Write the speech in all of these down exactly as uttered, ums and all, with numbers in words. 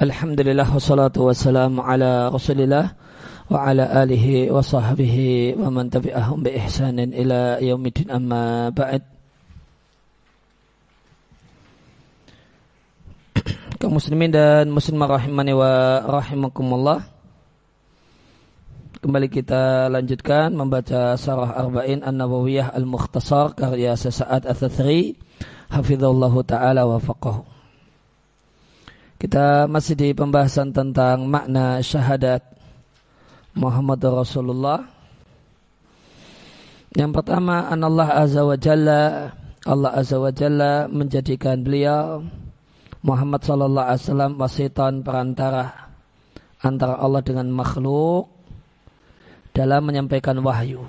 Alhamdulillah wassalatu wassalamu ala Rasulillah wa ala alihi wa sahbihi wa man tabi'ahum bi ihsanin ila yaumiddin, amma ba'd. Kaum muslimin dan muslimah rahimani wa rahimakumullah. Kembali kita lanjutkan membaca Syarah Arba'in An-Nawawiyah Al-Mukhtasar karya Sa'ad Ats-Tsatsari hafizallahu taala wa faqahu. Kita masih di pembahasan tentang makna syahadat Muhammad Rasulullah. Yang pertama, anallah azza wa jalla, Allah azza wa jalla menjadikan beliau Muhammad sallallahu alaihi wasallam wasitan, perantara antara Allah dengan makhluk dalam menyampaikan wahyu.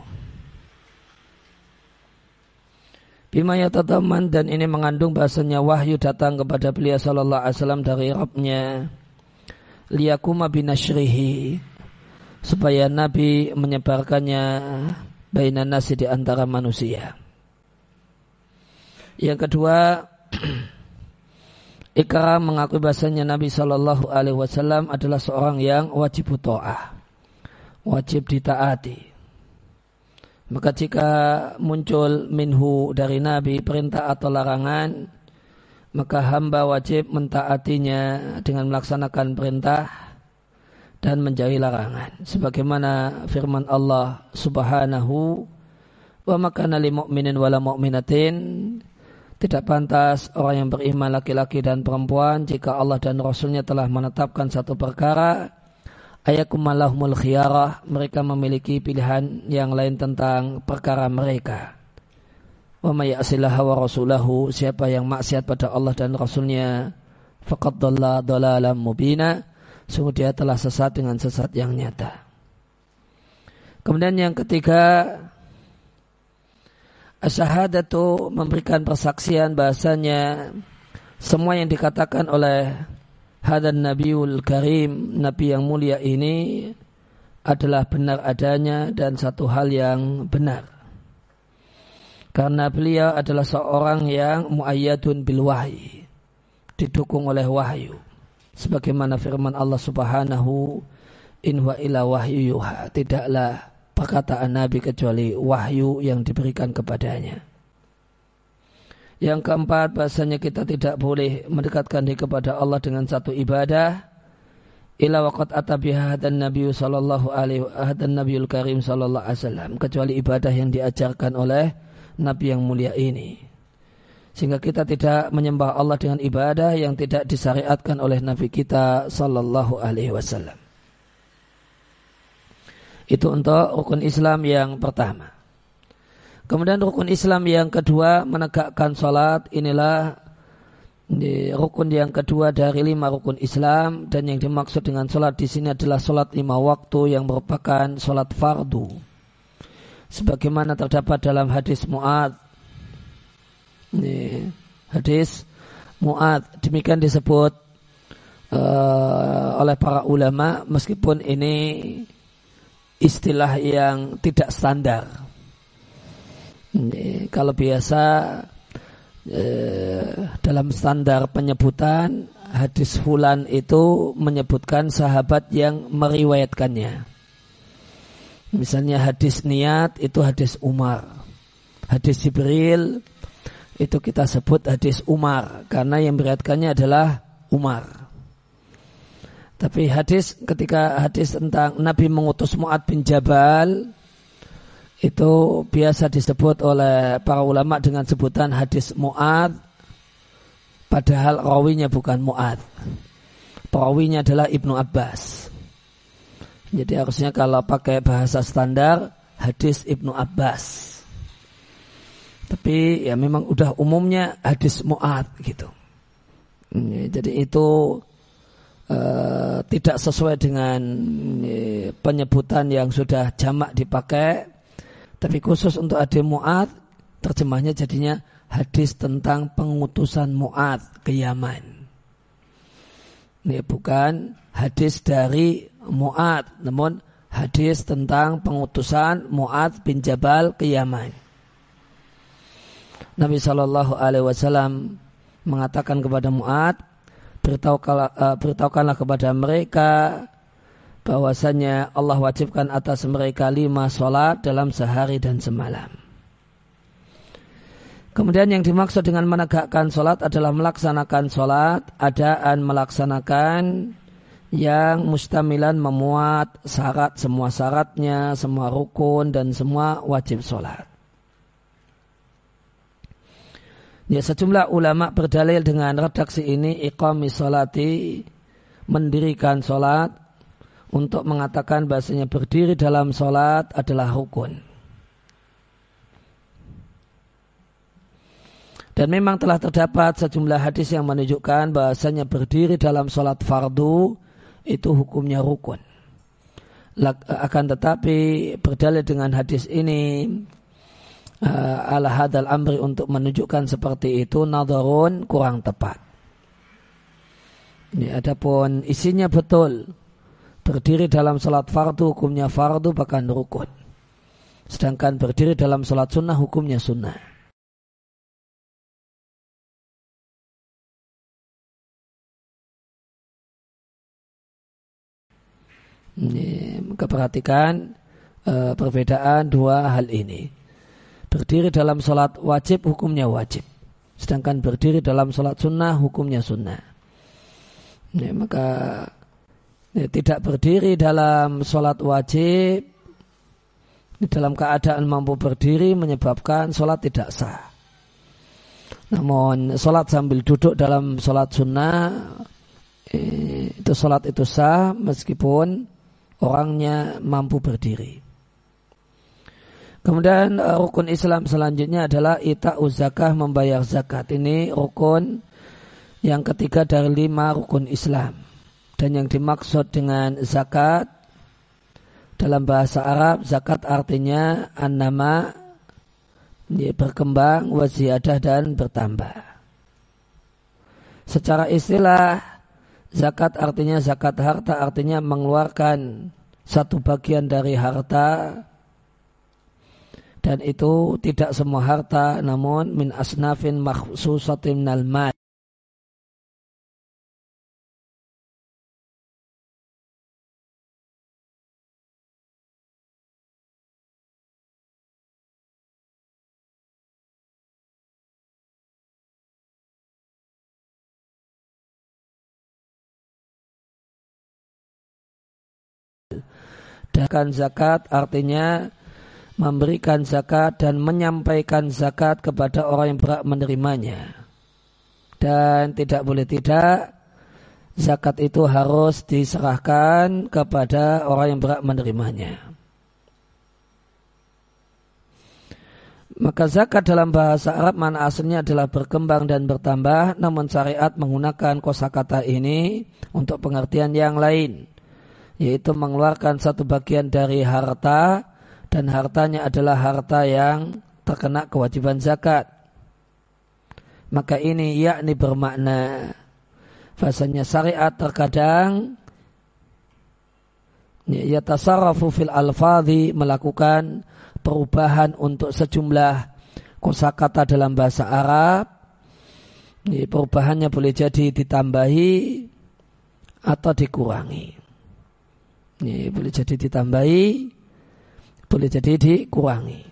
Bima yatadaman, dan ini mengandung bahasanya wahyu datang kepada beliau sallallahu alaihi wasallam dari Rabbnya, liyakuma binashrihi, supaya Nabi menyebarkannya bainan nasi, di antara manusia. Yang kedua, Ikram mengakui bahasanya Nabi sallallahu alaihi wasallam adalah seorang yang wajib ta'ah, wajib ditaati. Maka jika muncul minhu dari Nabi perintah atau larangan, maka hamba wajib mentaatinya dengan melaksanakan perintah dan menjauhi larangan. Sebagaimana firman Allah subhanahu wa makana lil mu'minin wala mu'minatin, tidak pantas orang yang beriman laki-laki dan perempuan jika Allah dan Rasulnya telah menetapkan satu perkara, ayakumallahumul khiyarah, mereka memiliki pilihan yang lain tentang perkara mereka. Wa may ya'sillaha wa rasulahu, siapa yang maksiat pada Allah dan Rasulnya, faqad dhalla dhalalan mubina, sungguh dia telah sesat dengan sesat yang nyata. Kemudian yang ketiga, asyhadatu, memberikan persaksian bahasanya semua yang dikatakan oleh hadan Nabiul Karim, Nabi yang mulia ini adalah benar adanya dan satu hal yang benar. Karena beliau adalah seorang yang muayyadun bil wahyi, didukung oleh wahyu. Sebagaimana firman Allah subhanahu, in huwa illa wahyu yuha, tidaklah perkataan Nabi kecuali wahyu yang diberikan kepadanya. Yang keempat, bahasanya kita tidak boleh mendekatkan diri kepada Allah dengan satu ibadah illa waqad atabiha hadan Nabi sallallahu alaihi hadan Nabiul Karim sallallahu alaihi wasallam, kecuali ibadah yang diajarkan oleh Nabi yang mulia ini. Sehingga kita tidak menyembah Allah dengan ibadah yang tidak disyariatkan oleh Nabi kita sallallahu alaihi wasallam. Itu untuk rukun Islam yang pertama. Kemudian rukun Islam yang kedua, menegakkan salat. Inilah rukun yang kedua dari lima rukun Islam, dan yang dimaksud dengan salat di sini adalah salat lima waktu yang merupakan salat fardu. Sebagaimana terdapat dalam hadis Mu'adz. Hadis Mu'adz demikian disebut uh, oleh para ulama, meskipun ini istilah yang tidak standar. Ini, kalau biasa eh, dalam standar penyebutan hadis fulan itu menyebutkan sahabat yang meriwayatkannya. Misalnya hadis niat itu hadis Umar, hadis Jibril itu kita sebut hadis Umar karena yang meriwayatkannya adalah Umar. Tapi hadis, ketika hadis tentang Nabi mengutus Mu'adz bin Jabal, itu biasa disebut oleh para ulama dengan sebutan hadis Mu'adz, padahal rawinya bukan Mu'adz. Perawinya adalah Ibnu Abbas. Jadi harusnya kalau pakai bahasa standar, hadis Ibnu Abbas. Tapi ya memang udah umumnya hadis Mu'adz gitu. Jadi itu uh, tidak sesuai dengan uh, penyebutan yang sudah jamak dipakai. Tapi khusus untuk hadis Mu'adz, terjemahnya jadinya hadis tentang pengutusan Mu'adz ke Yaman. Ini bukan hadis dari Mu'adz, namun hadis tentang pengutusan Mu'adz bin Jabal ke Yaman. Nabi shallallahu alaihi wasallam mengatakan kepada Mu'adz, beritahukanlah, uh, beritahukanlah kepada mereka bahwasanya Allah wajibkan atas mereka lima sholat dalam sehari dan semalam. Kemudian yang dimaksud dengan menegakkan sholat adalah melaksanakan sholat, adaan melaksanakan yang mustamilan memuat syarat, semua syaratnya, semua rukun dan semua wajib sholat. Ya, sejumlah ulama berdalil dengan redaksi ini iqamis sholati, mendirikan sholat, untuk mengatakan bahasanya berdiri dalam sholat adalah rukun. Dan memang telah terdapat sejumlah hadis yang menunjukkan bahasanya berdiri dalam sholat fardu itu hukumnya rukun. Akan tetapi berdalil dengan hadis ini uh, ala hadal amri untuk menunjukkan seperti itu nadharun kurang tepat. Ini adapun isinya betul. Berdiri dalam salat fardu hukumnya fardu bahkan rukun. Sedangkan berdiri dalam salat sunnah hukumnya sunnah. Ini, maka perhatikan e, perbedaan dua hal ini. Berdiri dalam salat wajib hukumnya wajib. Sedangkan berdiri dalam salat sunnah hukumnya sunnah. Ini, maka Ya, tidak berdiri dalam sholat wajib dalam keadaan mampu berdiri menyebabkan sholat tidak sah. Namun sholat sambil duduk dalam sholat sunnah eh, itu sholat itu sah meskipun orangnya mampu berdiri. Kemudian rukun Islam selanjutnya adalah ita'uz zakah, membayar zakat. Ini rukun yang ketiga dari lima rukun Islam. Dan yang dimaksud dengan zakat dalam bahasa Arab, zakat artinya an-nama, berkembang, wa ziyadah dan bertambah. Secara istilah, zakat artinya zakat harta, artinya mengeluarkan satu bagian dari harta, dan itu tidak semua harta, namun min asnafin makhsusatin minal mal. Dan zakat artinya memberikan zakat dan menyampaikan zakat kepada orang yang berhak menerimanya. Dan tidak boleh tidak, zakat itu harus diserahkan kepada orang yang berhak menerimanya. Maka zakat dalam bahasa Arab mana aslinya adalah berkembang dan bertambah, namun syariat menggunakan kosakata ini untuk pengertian yang lain, yaitu mengeluarkan satu bagian dari harta, dan hartanya adalah harta yang terkena kewajiban zakat. Maka ini yakni bermakna bahasanya syariat terkadang yatasarrafu fil alfadhi, melakukan perubahan untuk sejumlah kosakata dalam bahasa Arab. Perubahannya boleh jadi ditambahi atau dikurangi. Ini boleh jadi ditambahi, boleh jadi dikurangi.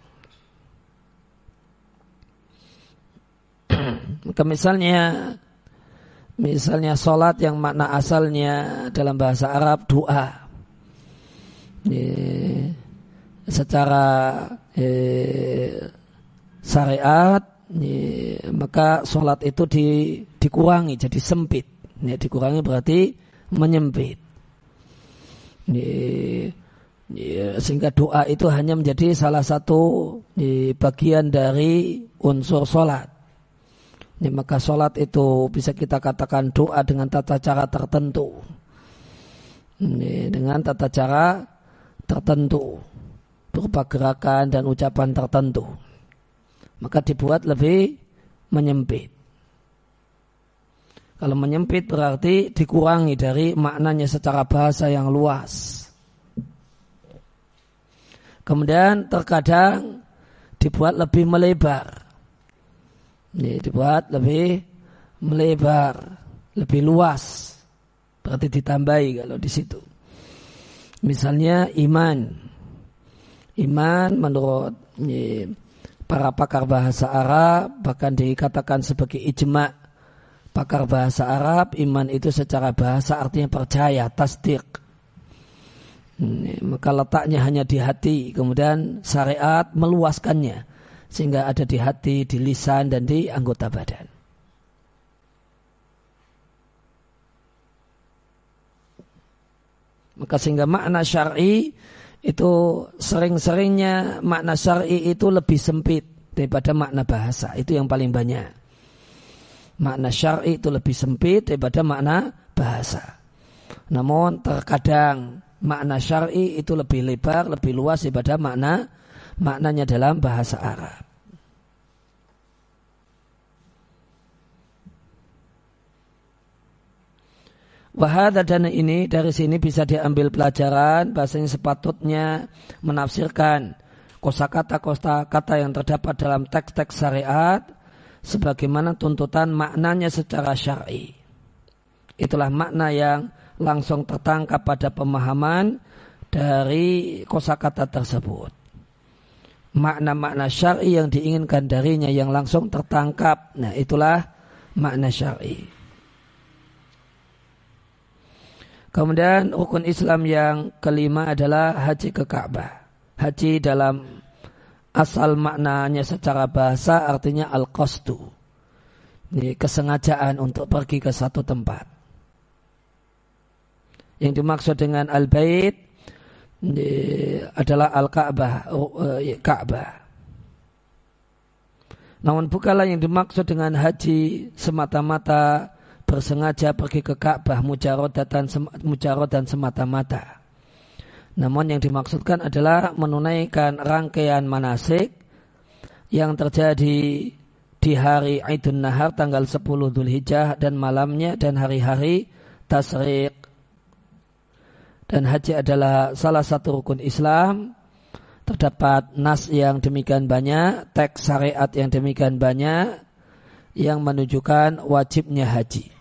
Maka misalnya, misalnya sholat yang makna asalnya dalam bahasa Arab doa, ini, secara eh, syariat, ini, maka sholat itu di, dikurangi jadi sempit. Ini, dikurangi berarti menyempit. Sehingga doa itu hanya menjadi salah satu bagian dari unsur sholat. Maka sholat itu bisa kita katakan doa dengan tata cara tertentu, dengan tata cara tertentu berupa gerakan dan ucapan tertentu, maka dibuat lebih menyempit. Kalau menyempit berarti dikurangi dari maknanya secara bahasa yang luas. Kemudian terkadang dibuat lebih melebar. Ini dibuat lebih melebar, lebih luas. Berarti ditambahi kalau di situ. Misalnya iman. Iman menurut ya, para pakar bahasa Arab bahkan dikatakan sebagai ijma' pakar bahasa Arab, iman itu secara bahasa artinya percaya, tasdik. Maka letaknya hanya di hati, kemudian syariat meluaskannya sehingga ada di hati, di lisan dan di anggota badan. Maka sehingga makna syar'i itu sering-seringnya makna syar'i itu lebih sempit daripada makna bahasa. Itu yang paling banyak. Makna syar'i itu lebih sempit daripada makna bahasa. Namun terkadang makna syar'i itu lebih lebar, lebih luas daripada makna maknanya dalam bahasa Arab. Wahada dan ini dari sini bisa diambil pelajaran bahasanya sepatutnya menafsirkan kosakata-kosakata yang terdapat dalam teks-teks syariat sebagaimana tuntutan maknanya secara syar'i. Itulah makna yang langsung tertangkap pada pemahaman dari kosakata tersebut. Makna-makna syar'i yang diinginkan darinya yang langsung tertangkap. Nah, itulah makna syar'i. Kemudian rukun Islam yang kelima adalah haji ke Ka'bah. Haji dalam asal maknanya secara bahasa artinya al-qasdu. Ini kesengajaan untuk pergi ke satu tempat. Yang dimaksud dengan al-bait adalah al-Ka'bah, Ka'bah. Namun bukanlah yang dimaksud dengan haji semata-mata bersengaja pergi ke Ka'bah mujaradatan mujarradan semata-mata. Namun yang dimaksudkan adalah menunaikan rangkaian manasik yang terjadi di hari Idul Nahar tanggal sepuluh Dzulhijjah dan malamnya dan hari-hari Tasyrik. Dan haji adalah salah satu rukun Islam. Terdapat nas yang demikian banyak, teks syariat yang demikian banyak yang menunjukkan wajibnya haji.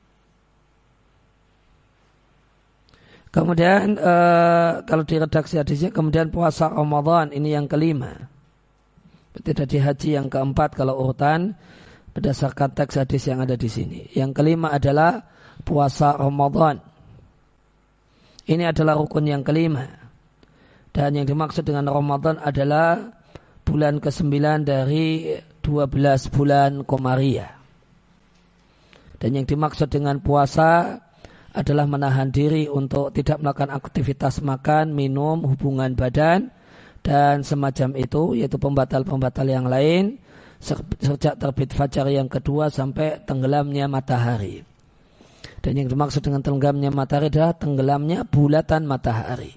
Kemudian e, kalau di redaksi hadisnya kemudian puasa Ramadan ini yang kelima. Tidak di haji yang keempat kalau urutan berdasarkan teks hadis yang ada di sini. Yang kelima adalah puasa Ramadan. Ini adalah rukun yang kelima. Dan yang dimaksud dengan Ramadan adalah bulan kesembilan dari dua belas bulan Qamariyah. Dan yang dimaksud dengan puasa adalah menahan diri untuk tidak melakukan aktivitas makan, minum, hubungan badan, dan semacam itu, yaitu pembatal-pembatal yang lain, sejak terbit fajar yang kedua sampai tenggelamnya matahari. Dan yang dimaksud dengan tenggelamnya matahari adalah tenggelamnya bulatan matahari.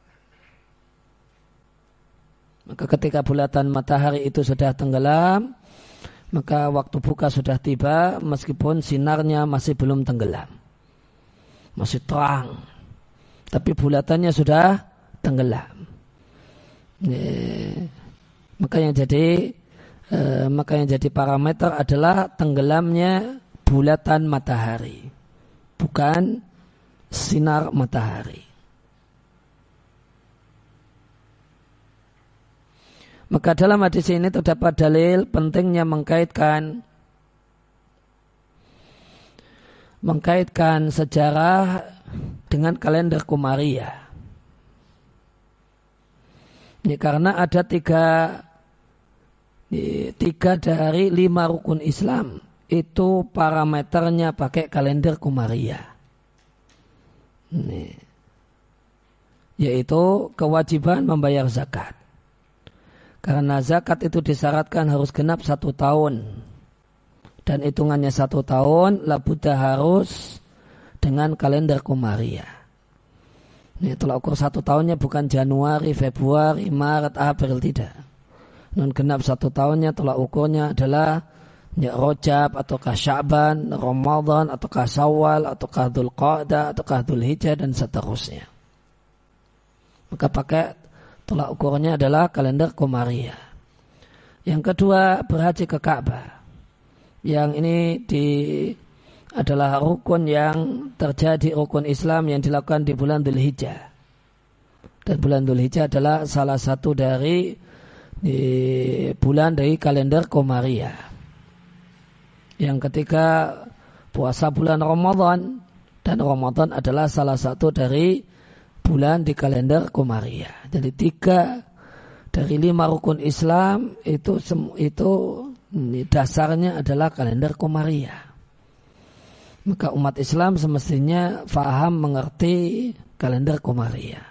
Maka ketika bulatan matahari itu sudah tenggelam, maka waktu buka sudah tiba meskipun sinarnya masih belum tenggelam. Masih terang, tapi bulatannya sudah tenggelam. Ya, maka yang jadi eh, maka yang jadi parameter adalah tenggelamnya bulatan matahari, bukan sinar matahari. Maka dalam hadis ini terdapat dalil pentingnya mengkaitkan mengkaitkan sejarah dengan kalender Qamariyah. Ini karena ada tiga, tiga dari lima rukun Islam itu parameternya pakai kalender Qamariyah. Ini, yaitu kewajiban membayar zakat. Karena zakat itu disyaratkan harus genap satu tahun. Dan hitungannya satu tahun, labuda harus dengan kalender Qamariyah. Ini tolak ukur satu tahunnya bukan Januari, Februari, Maret, April, tidak. Non genap satu tahunnya tolak ukurnya adalah ya, Rajab ataukah Sya'ban, Ramadan ataukah Syawal ataukah Dzulqa'dah ataukah Dzulhijjah dan seterusnya. Maka pakai tolak ukurnya adalah kalender Qamariyah. Yang kedua, berhaji ke Ka'bah. Yang ini di adalah rukun yang terjadi, rukun Islam yang dilakukan di bulan Dzulhijjah. Dan bulan Dzulhijjah adalah salah satu dari di bulan dari kalender Qamariyah. Yang ketiga puasa bulan Ramadan, dan Ramadan adalah salah satu dari bulan di kalender Qamariyah. Jadi tiga dari lima rukun Islam itu itu dasarnya adalah kalender Qamariyah. Maka umat Islam semestinya faham mengerti kalender Qamariyah.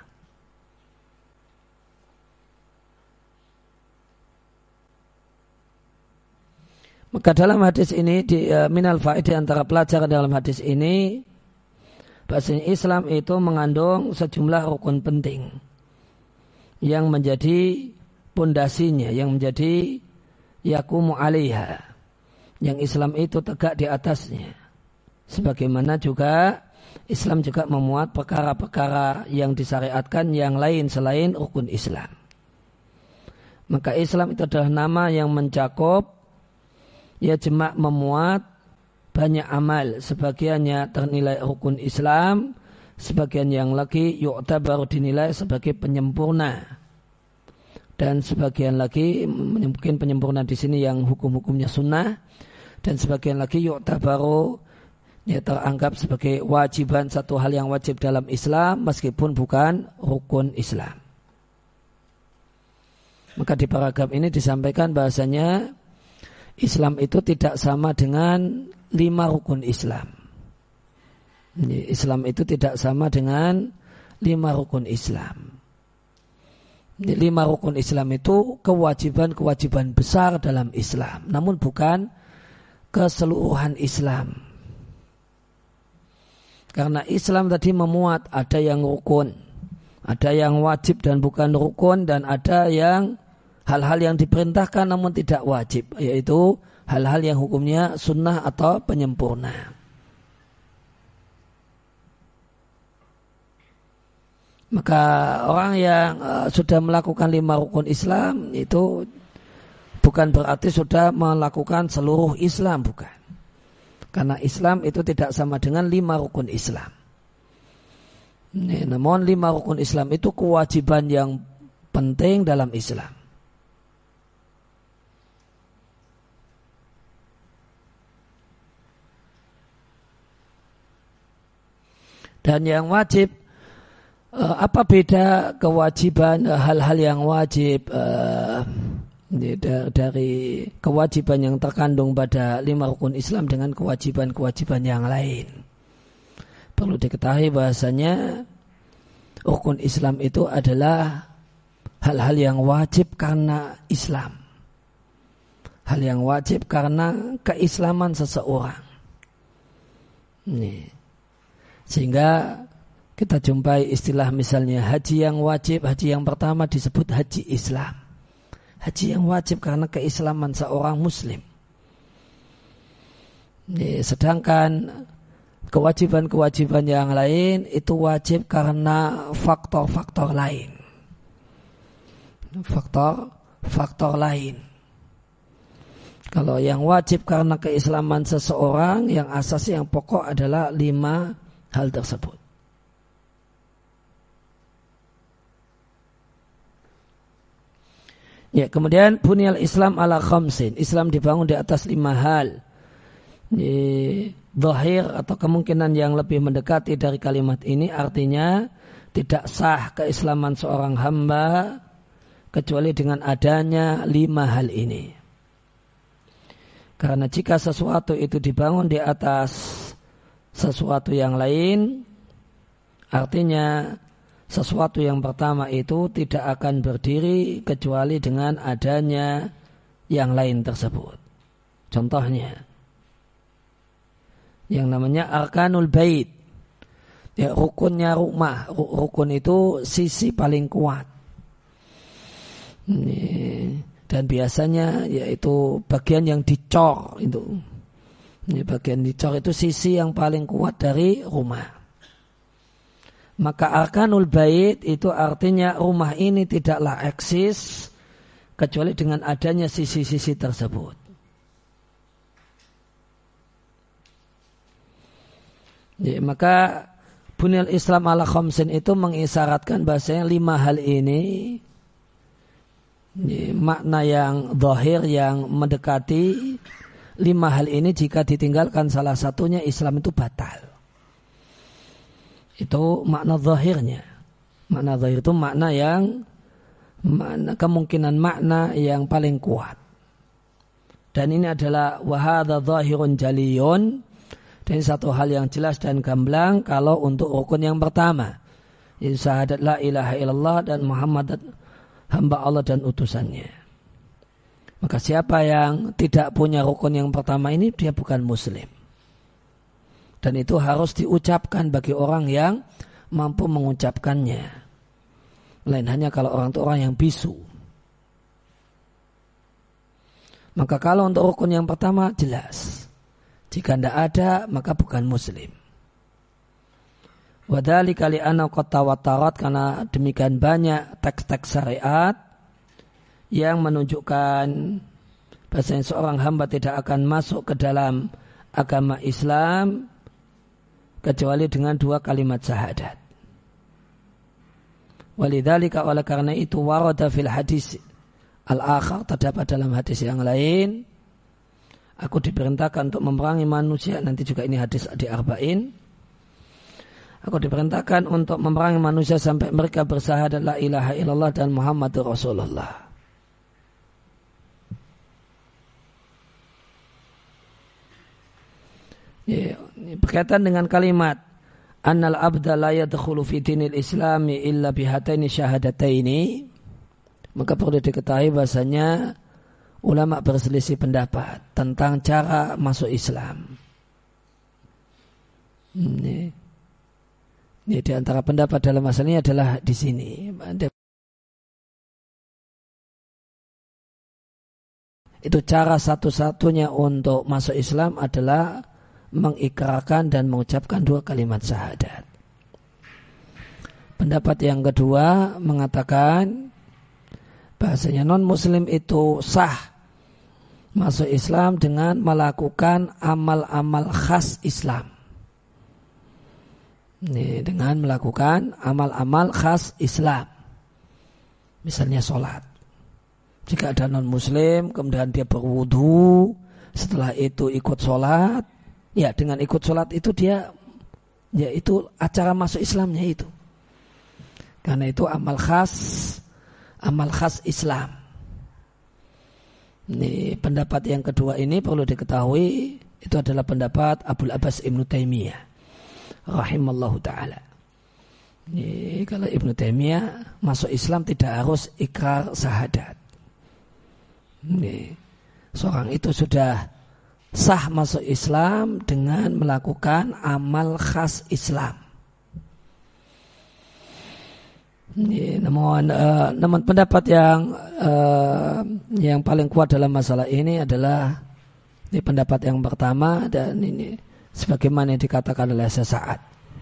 Maka dalam hadis ini di uh, minal faedah antara pelajaran dalam hadis ini, bahasanya Islam itu mengandung sejumlah rukun penting yang menjadi pondasinya, yang menjadi yakumu alaiha, yang Islam itu tegak di atasnya. Sebagaimana juga Islam juga memuat perkara-perkara yang disyariatkan yang lain selain rukun Islam. Maka Islam itu adalah nama yang mencakup, ya jema' memuat banyak amal. Sebagiannya ternilai rukun Islam, sebagian yang lagi yu'tabaru dinilai sebagai penyempurna. Dan sebagian lagi mungkin penyempurna di sini yang hukum-hukumnya sunnah, dan sebagian lagi yu'tabaru ya teranggap sebagai wajiban, satu hal yang wajib dalam Islam meskipun bukan rukun Islam. Maka di paragraf ini disampaikan bahasanya Islam itu tidak sama dengan lima rukun Islam. Islam itu tidak sama dengan lima rukun Islam. Lima rukun Islam itu kewajiban-kewajiban besar dalam Islam, namun bukan keseluruhan Islam. Karena Islam tadi memuat ada yang rukun, ada yang wajib dan bukan rukun, dan ada yang hal-hal yang diperintahkan namun tidak wajib, yaitu hal-hal yang hukumnya sunnah atau penyempurna. Maka orang yang uh, sudah melakukan lima rukun Islam itu bukan berarti sudah melakukan seluruh Islam, bukan. Karena Islam itu tidak sama dengan lima rukun Islam. Namun lima rukun Islam itu kewajiban yang penting dalam Islam. Dan yang wajib, apa beda kewajiban, hal-hal yang wajib dari kewajiban yang terkandung pada lima rukun Islam dengan kewajiban-kewajiban yang lain? Perlu diketahui bahasanya rukun Islam itu adalah hal-hal yang wajib karena Islam, hal yang wajib karena keislaman seseorang. Ini. Sehingga kita jumpai istilah misalnya haji yang wajib, haji yang pertama disebut haji Islam. Haji yang wajib karena keislaman seorang muslim. Sedangkan kewajiban-kewajiban yang lain itu wajib karena faktor-faktor lain. Faktor-faktor lain. Kalau yang wajib karena keislaman seseorang, yang asas yang pokok adalah lima hal tersebut. Ya, kemudian bunyal Islam ala khamsin. Islam dibangun di atas lima hal. Zahir atau kemungkinan yang lebih mendekati dari kalimat ini artinya tidak sah keislaman seorang hamba kecuali dengan adanya lima hal ini. Karena jika sesuatu itu dibangun di atas sesuatu yang lain, artinya sesuatu yang pertama itu tidak akan berdiri kecuali dengan adanya yang lain tersebut. Contohnya, yang namanya arkanul bait, ya, rukunnya rumah. Rukun itu sisi paling kuat. Dan biasanya yaitu bagian yang dicor itu. Ini bagian dicor itu sisi yang paling kuat dari rumah. Maka arkanul bait itu artinya rumah ini tidaklah eksis kecuali dengan adanya sisi-sisi tersebut. Ya, maka Bunyal Islam ala khamsin itu mengisyaratkan bahasanya lima hal ini ya, makna yang zahir yang mendekati lima hal ini jika ditinggalkan salah satunya Islam itu batal. Itu makna zahirnya. Makna zahir itu makna yang makna, kemungkinan makna yang paling kuat. Dan ini adalah wahadha zahirun jaliyun. Dan satu hal yang jelas dan gamblang kalau untuk rukun yang pertama. Yaitu syahadat la ilaha illallah dan Muhammad hamba Allah dan utusannya. Maka siapa yang tidak punya rukun yang pertama ini, dia bukan muslim. Dan itu harus diucapkan bagi orang yang mampu mengucapkannya. Lain hanya kalau orang itu orang yang bisu. Maka kalau untuk rukun yang pertama jelas. Jika tidak ada maka bukan muslim. Wadhalika li'anna qad tawatarat, karena demikian banyak teks-teks syariat yang menunjukkan bahasanya seorang hamba tidak akan masuk ke dalam agama Islam kecuali dengan dua kalimat syahadat. Walidzalika, oleh karena itu, warada fil hadis al-akhar, terdapat dalam hadis yang lain, aku diperintahkan untuk memerangi manusia. Nanti juga ini hadis di Arba'in. Aku diperintahkan untuk memerangi manusia sampai mereka bersyahadat la ilaha illallah dan Muhammadur Rasulullah. Ya, berkaitan dengan kalimat annal abda la yadkhulu fi dinil islami illa bihataini syahadataini, maka perlu diketahui bahasanya ulama berselisih pendapat tentang cara masuk Islam. Ini, ini di antara pendapat dalam masalah ini adalah di sini. Itu cara satu-satunya untuk masuk Islam adalah mengikrarkan dan mengucapkan dua kalimat syahadat. Pendapat yang kedua mengatakan bahasanya non-muslim itu sah masuk Islam dengan melakukan amal-amal khas Islam. Ini dengan melakukan amal-amal khas Islam. Misalnya sholat. Jika ada non-muslim, kemudian dia berwudu, setelah itu ikut sholat, ya dengan ikut sholat itu dia, ya itu acara masuk Islamnya itu. Karena itu amal khas, amal khas Islam. Ini pendapat yang kedua ini perlu diketahui itu adalah pendapat Abul Abbas Ibnu Taimiyah rahimallahu taala. Ini kalau Ibnu Taimiyah masuk Islam tidak harus ikrar syahadat. Ini seorang itu sudah sah masuk Islam dengan melakukan amal khas Islam. Ini, namun, uh, namun pendapat yang uh, yang paling kuat dalam masalah ini adalah ini pendapat yang pertama, dan ini sebagaimana yang dikatakan oleh sesaat.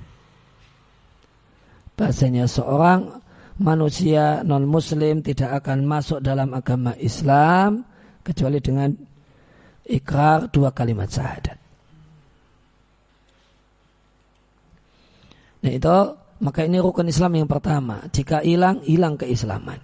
Bahasanya seorang manusia non-muslim tidak akan masuk dalam agama Islam kecuali dengan ikrar dua kalimat syahadat. Nah itu, maka ini rukun Islam yang pertama. Jika hilang, hilang keislaman.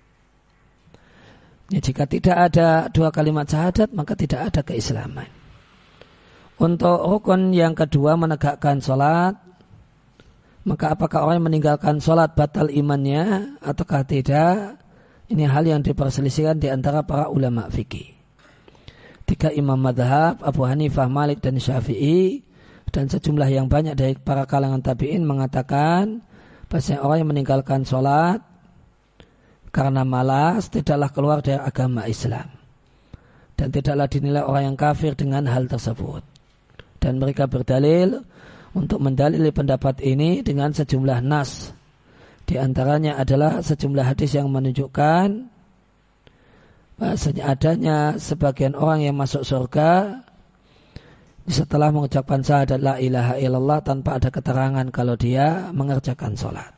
Ya, jika tidak ada dua kalimat syahadat, maka tidak ada keislaman. Untuk rukun yang kedua, menegakkan sholat, maka apakah orang yang meninggalkan sholat batal imannya ataukah tidak? Ini hal yang diperselisihkan di antara para ulama fikih. Tiga imam madhab, Abu Hanifah, Malik, dan Syafi'i, dan sejumlah yang banyak dari para kalangan tabi'in mengatakan bahwa orang yang meninggalkan sholat karena malas tidaklah keluar dari agama Islam, dan tidaklah dinilai orang yang kafir dengan hal tersebut. Dan mereka berdalil untuk mendalili pendapat ini dengan sejumlah nas. Di antaranya adalah sejumlah hadis yang menunjukkan bahasanya adanya sebagian orang yang masuk surga setelah mengucapkan syahadat la ilaha illallah tanpa ada keterangan kalau dia mengerjakan sholat.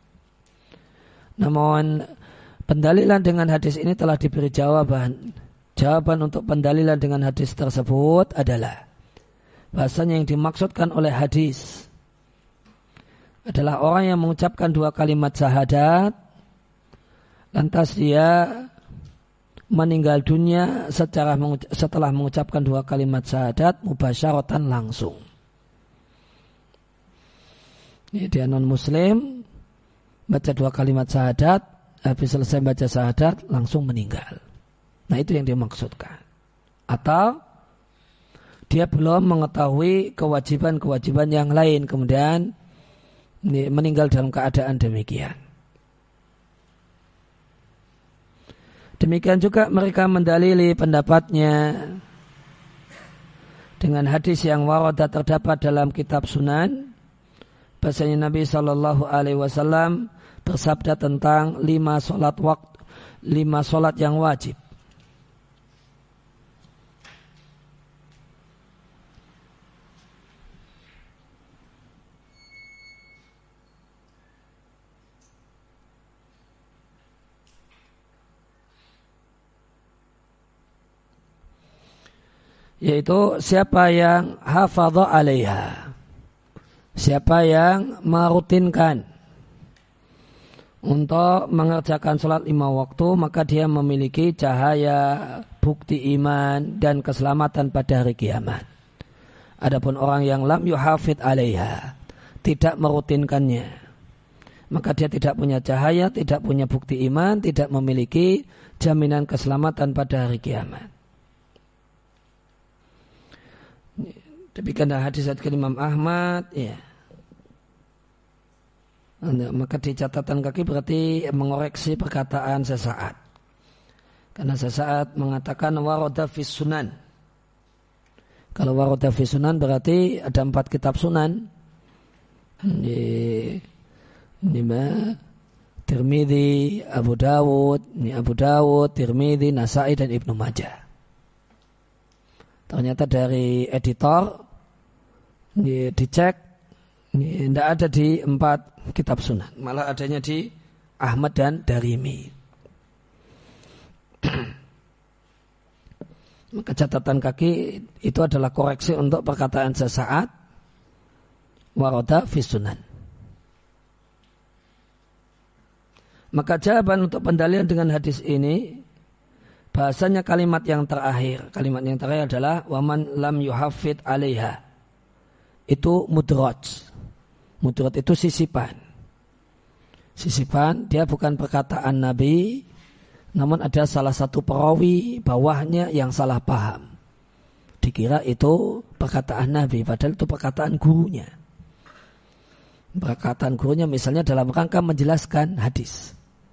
Namun pendalilan dengan hadis ini telah diberi jawaban jawaban untuk pendalilan dengan hadis tersebut adalah bahasanya yang dimaksudkan oleh hadis adalah orang yang mengucapkan dua kalimat syahadat lantas dia meninggal dunia secara setelah mengucapkan dua kalimat syahadat mubasyaratan langsung. Dia non muslim baca dua kalimat syahadat, habis selesai baca syahadat langsung meninggal. Nah itu yang dimaksudkan. Atau dia belum mengetahui kewajiban-kewajiban yang lain kemudian meninggal dalam keadaan demikian. Demikian juga mereka mendalili pendapatnya dengan hadis yang warada terdapat dalam kitab Sunan. Bahasanya Nabi Shallallahu Alaihi Wasallam bersabda tentang lima solat waktu, lima solat yang wajib. Yaitu siapa yang hafadha alaiha, siapa yang merutinkan untuk mengerjakan sholat lima waktu, maka dia memiliki cahaya bukti iman dan keselamatan pada hari kiamat. Adapun orang yang lam yuhafid alaiha, tidak merutinkannya, maka dia tidak punya cahaya, tidak punya bukti iman, tidak memiliki jaminan keselamatan pada hari kiamat. Demikian hadis dari Imam Ahmad, ya. Maka di catatan kaki berarti mengoreksi perkataan sesaat. Karena sesaat mengatakan warada fis sunan. Kalau warada fis sunan berarti ada empat kitab sunan. Ini, ini Tirmidzi, Abu Dawud, ini Abu Dawud, Tirmidzi, Nasai dan Ibnu Majah. Ternyata dari editor ini dicek, ini tidak ada di empat kitab sunan, malah adanya di Ahmad dan Darimi. Maka catatan kaki itu adalah koreksi untuk perkataan sesaat warada fis sunan. Maka jawaban untuk pendalilan dengan hadis ini, bahasanya kalimat yang terakhir, kalimat yang terakhir adalah waman lam yuhafid alaiha. Itu mudraj. Mudraj itu sisipan. Sisipan dia bukan perkataan Nabi, namun ada salah satu perawi bawahnya yang salah paham. Dikira itu perkataan Nabi, padahal itu perkataan gurunya. Perkataan gurunya misalnya dalam rangka menjelaskan hadis.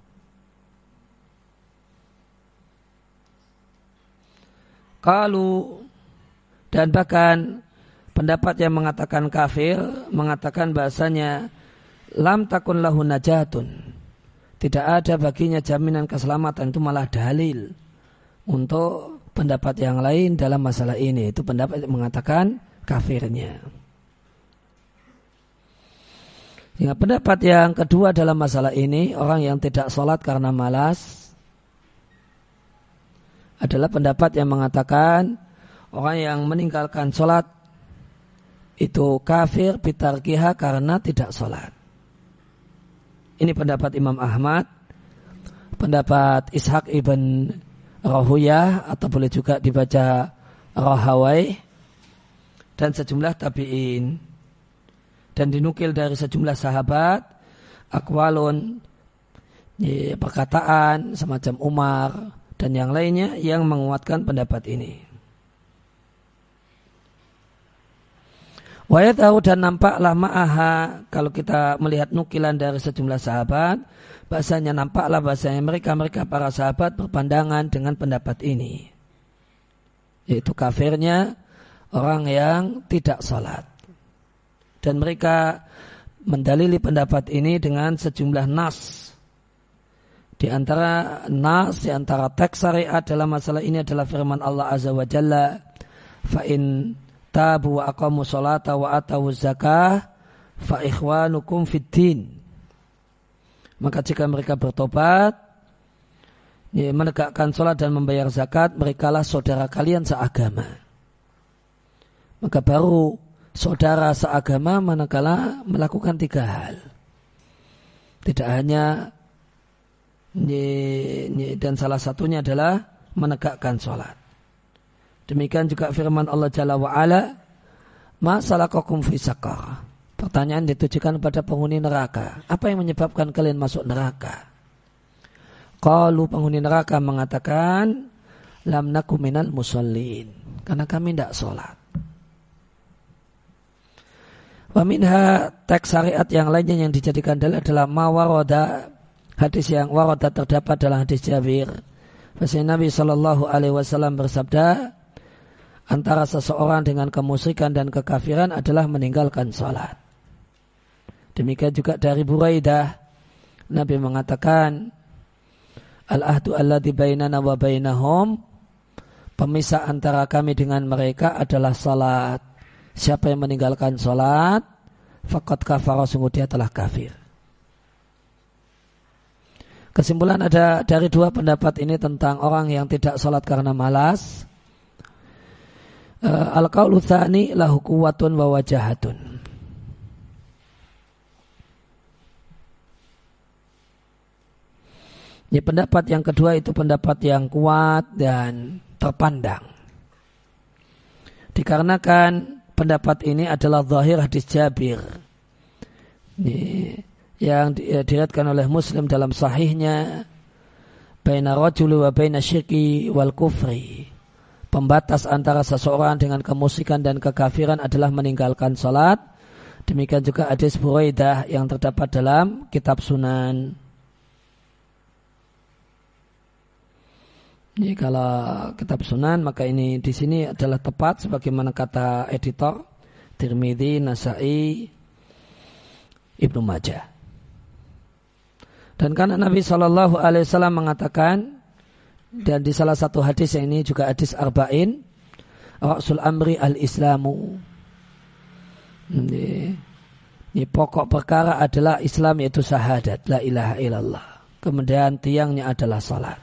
Kalau dan bahkan pendapat yang mengatakan kafir mengatakan bahasanya lam takun lahu najatun, tidak ada baginya jaminan keselamatan, itu malah dalil untuk pendapat yang lain dalam masalah ini. Itu pendapat yang mengatakan kafirnya. Sehingga pendapat yang kedua dalam masalah ini, orang yang tidak sholat karena malas, adalah pendapat yang mengatakan orang yang meninggalkan sholat itu kafir bitarkiha karena tidak sholat. Ini pendapat Imam Ahmad, pendapat Ishaq ibn Rahuyah atau boleh juga dibaca Rahawai, dan sejumlah tabi'in, dan dinukil dari sejumlah sahabat akwalun, perkataan semacam Umar dan yang lainnya yang menguatkan pendapat ini. Wa tahu dan nampaklah ma'aha, kalau kita melihat nukilan dari sejumlah sahabat, bahasanya nampaklah bahasanya mereka-mereka para sahabat berpandangan dengan pendapat ini, yaitu kafirnya orang yang tidak sholat. Dan mereka mendalili pendapat ini dengan sejumlah nas. Di antara nas, di antara teks syariat dalam masalah ini adalah firman Allah Azza wa Jalla, fa in tabu wa aqamu sholata wa atawu zakah fa ikhwanukum fid din. Maka jika mereka bertobat, menegakkan sholat dan membayar zakat, merekalah saudara kalian seagama. Maka baru saudara seagama manakala melakukan tiga hal. Tidak hanya dan salah satunya adalah menegakkan sholat. Demikian juga firman Allah Jalla wa'ala, ma salakakum fi saqar. Pertanyaan ditujukan kepada penghuni neraka. Apa yang menyebabkan kalian masuk neraka? Qalu, penghuni neraka mengatakan, lam naku minal musallin, karena kami tidak sholat. Wa minha, teks syariat yang lainnya yang dijadikan dalil adalah ma warada, hadis yang warada terdapat dalam hadis Jabir. Bahwasanya Nabi Shallallahu Alaihi Wasallam bersabda, antara seseorang dengan kemusyrikan dan kekafiran adalah meninggalkan sholat. Demikian juga dari Buraidah, Nabi mengatakan, al-ahdu alladzi bainana wa bainahum, pemisah antara kami dengan mereka adalah salat. Siapa yang meninggalkan salat, faqad kafara, sungguh dia telah kafir. Kesimpulan ada dari dua pendapat ini tentang orang yang tidak salat karena malas. Uh, al-qaulu tsani lahu quwwatun wa wajahatun. Ya, pendapat yang kedua itu pendapat yang kuat dan terpandang. Dikarenakan pendapat ini adalah zahir hadis Jabir ini, yang diriwayatkan oleh Muslim dalam sahihnya, baina rajuli wa baina syirki wal kufri. Pembatas antara seseorang dengan kemusyrikan dan kekafiran adalah meninggalkan salat. Demikian juga hadis Buraidah yang terdapat dalam kitab Sunan. Jadi kalau kitab Sunan, maka ini di sini adalah tepat sebagaimana kata editor Tirmidzi, Nasai, Ibnu Majah. Dan karena Nabi Shallallahu Alaihi Wasallam mengatakan, dan di salah satu hadis yang ini juga hadis Arba'in, Rasul Amri al-Islamu. Ini, ini pokok perkara adalah Islam, yaitu syahadat la ilaha illallah. Kemudian tiangnya adalah salat.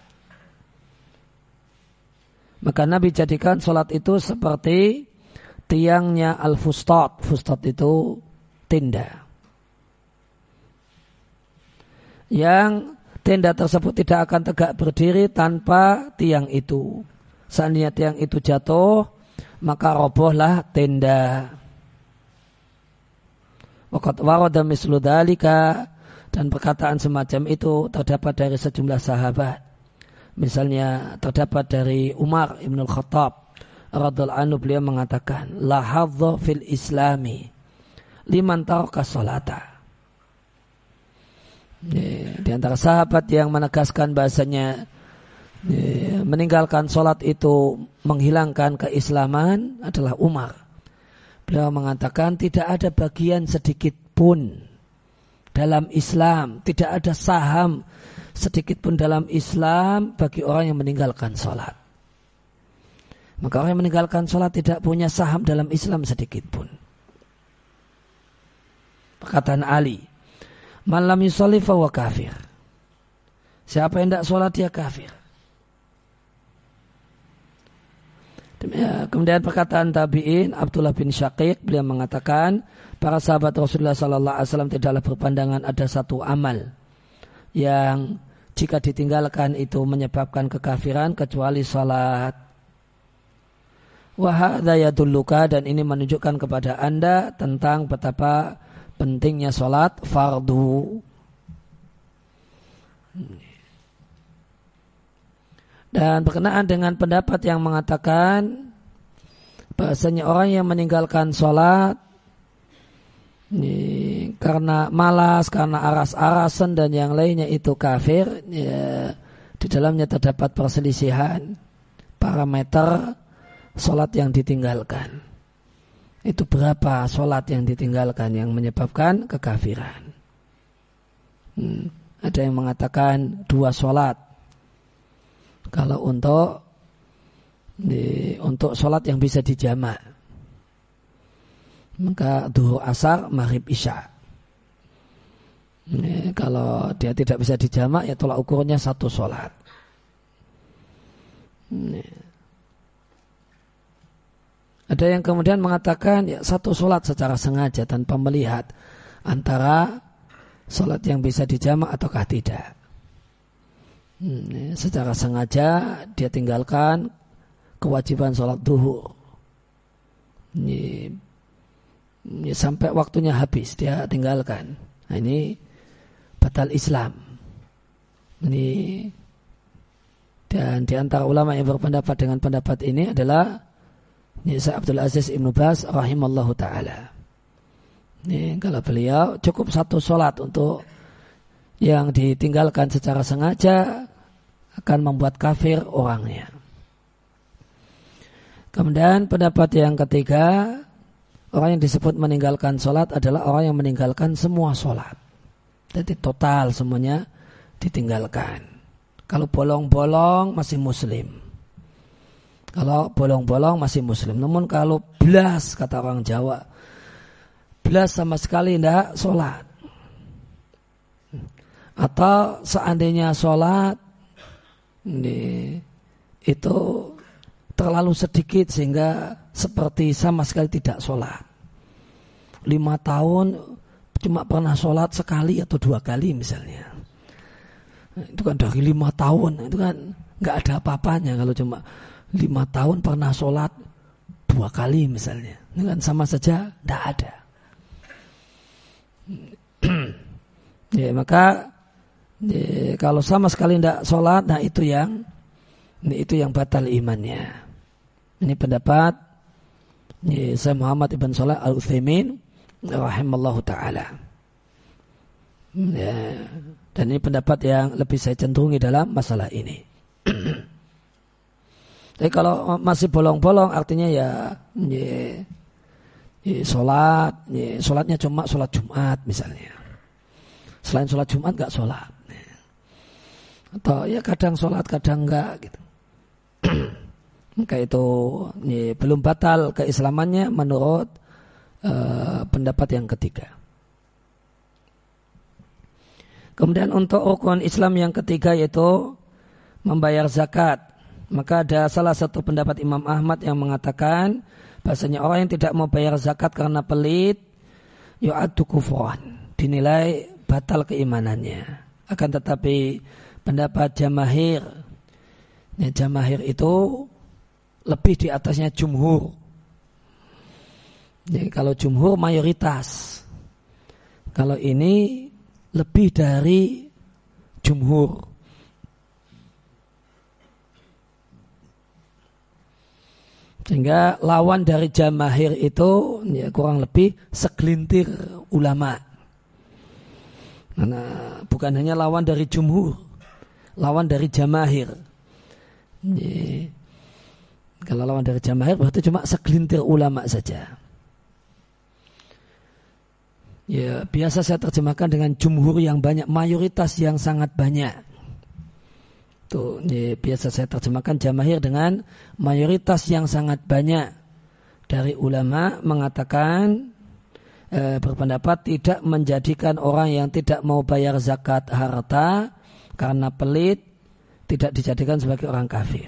Maka Nabi jadikan sholat itu seperti tiangnya al-fustat. Fustat itu tenda. Yang tenda tersebut tidak akan tegak berdiri tanpa tiang itu. Seandainya tiang itu jatuh, maka robohlah tenda. Waqad warada mislu dzalika, dan perkataan semacam itu terdapat dari sejumlah sahabat. Misalnya terdapat dari Umar Ibn Khattab radhiallahu anhu, beliau mengatakan, la hadza fil islami liman taraka salata. Di antara sahabat yang menegaskan bahasanya meninggalkan salat itu menghilangkan keislaman adalah Umar. Beliau mengatakan tidak ada bagian sedikit pun dalam Islam, tidak ada saham sedikit pun dalam Islam bagi orang yang meninggalkan sholat. Maka orang yang meninggalkan sholat tidak punya saham dalam Islam sedikit pun. Perkataan Ali, man lam yusolli fahuwa kafir. Siapa yang tidak sholat dia kafir. Kemudian perkataan tabi'in Abdullah bin Syaqiq, beliau mengatakan, para sahabat Rasulullah sallallahu alaihi wasallam tidaklah berpandangan ada satu amal yang jika ditinggalkan itu menyebabkan kekafiran kecuali salat. Wa hadza yadulluka, dan ini menunjukkan kepada Anda tentang betapa pentingnya salat fardu. Dan berkenaan dengan pendapat yang mengatakan bahasanya orang yang meninggalkan salat ini, karena malas, karena aras-arasan dan yang lainnya itu kafir, ya, di dalamnya terdapat perselisihan parameter solat yang ditinggalkan. Itu berapa solat yang ditinggalkan yang menyebabkan kekafiran. Hmm, ada yang mengatakan dua solat. Kalau untuk di, untuk solat yang bisa dijamak, maka duhur, asar, maghrib, isya. Ini, kalau dia tidak bisa dijamak, ya tolak ukurnya satu sholat. Ada yang kemudian mengatakan ya satu sholat secara sengaja tanpa melihat antara sholat yang bisa dijamak ataukah tidak. Hmm, secara sengaja dia tinggalkan kewajiban sholat duhur. Ini, ini sampai waktunya habis dia tinggalkan. Nah, ini batal Islam. Ini dan di antara ulama yang berpendapat dengan pendapat ini adalah Syekh Abdul Aziz Ibnu Baz rahimallahu taala. Ini kalau beliau cukup satu sholat untuk yang ditinggalkan secara sengaja akan membuat kafir orangnya. Kemudian pendapat yang ketiga, orang yang disebut meninggalkan sholat adalah orang yang meninggalkan semua sholat. Jadi total semuanya ditinggalkan. Kalau bolong-bolong masih muslim. Kalau bolong-bolong masih muslim. Namun kalau belas, kata orang Jawa, belas sama sekali tidak sholat. Atau seandainya sholat, ini, itu terlalu sedikit sehingga seperti sama sekali tidak sholat. Lima tahun cuma pernah sholat sekali atau dua kali misalnya. Itu kan dari lima tahun, itu kan nggak ada apa-apanya kalau cuma lima tahun pernah sholat dua kali misalnya. Ini kan sama saja tidak ada. Ya, maka ya, kalau sama sekali tidak sholat, nah itu yang ini itu yang batal imannya. Ini pendapat ya, Syekh Muhammad ibn Shalih Al-Utsaimin rahimallahu taala. Ya, dan ini pendapat yang lebih saya cenderungi dalam masalah ini. Tapi kalau masih bolong-bolong artinya ya, ya, ya sholat, ya, sholatnya cuma sholat Jumat misalnya. Selain sholat Jumat nggak sholat. Ya. Atau ya kadang sholat kadang enggak gitu. Maka itu ya, belum batal keislamannya menurut uh, pendapat yang ketiga. Kemudian untuk rukun Islam yang ketiga yaitu membayar zakat. Maka ada salah satu pendapat Imam Ahmad yang mengatakan bahasanya orang yang tidak mau bayar zakat karena pelit yu'addu kufran, dinilai batal keimanannya. Akan tetapi pendapat jamahir, ya, jamahir itu lebih di atasnya jumhur. Jadi kalau jumhur mayoritas, kalau ini lebih dari jumhur. Sehingga lawan dari jamahir itu ya, kurang lebih segelintir ulama. Karena bukan hanya lawan dari jumhur, lawan dari jamahir. Ya, kalau lawan dari jamahir berarti cuma segelintir ulama saja. Ya, biasa saya terjemahkan dengan jumhur yang banyak, mayoritas yang sangat banyak. Tuh, ya, biasa saya terjemahkan jamahir dengan mayoritas yang sangat banyak dari ulama mengatakan e, berpendapat tidak menjadikan orang yang tidak mau bayar zakat harta karena pelit tidak dijadikan sebagai orang kafir.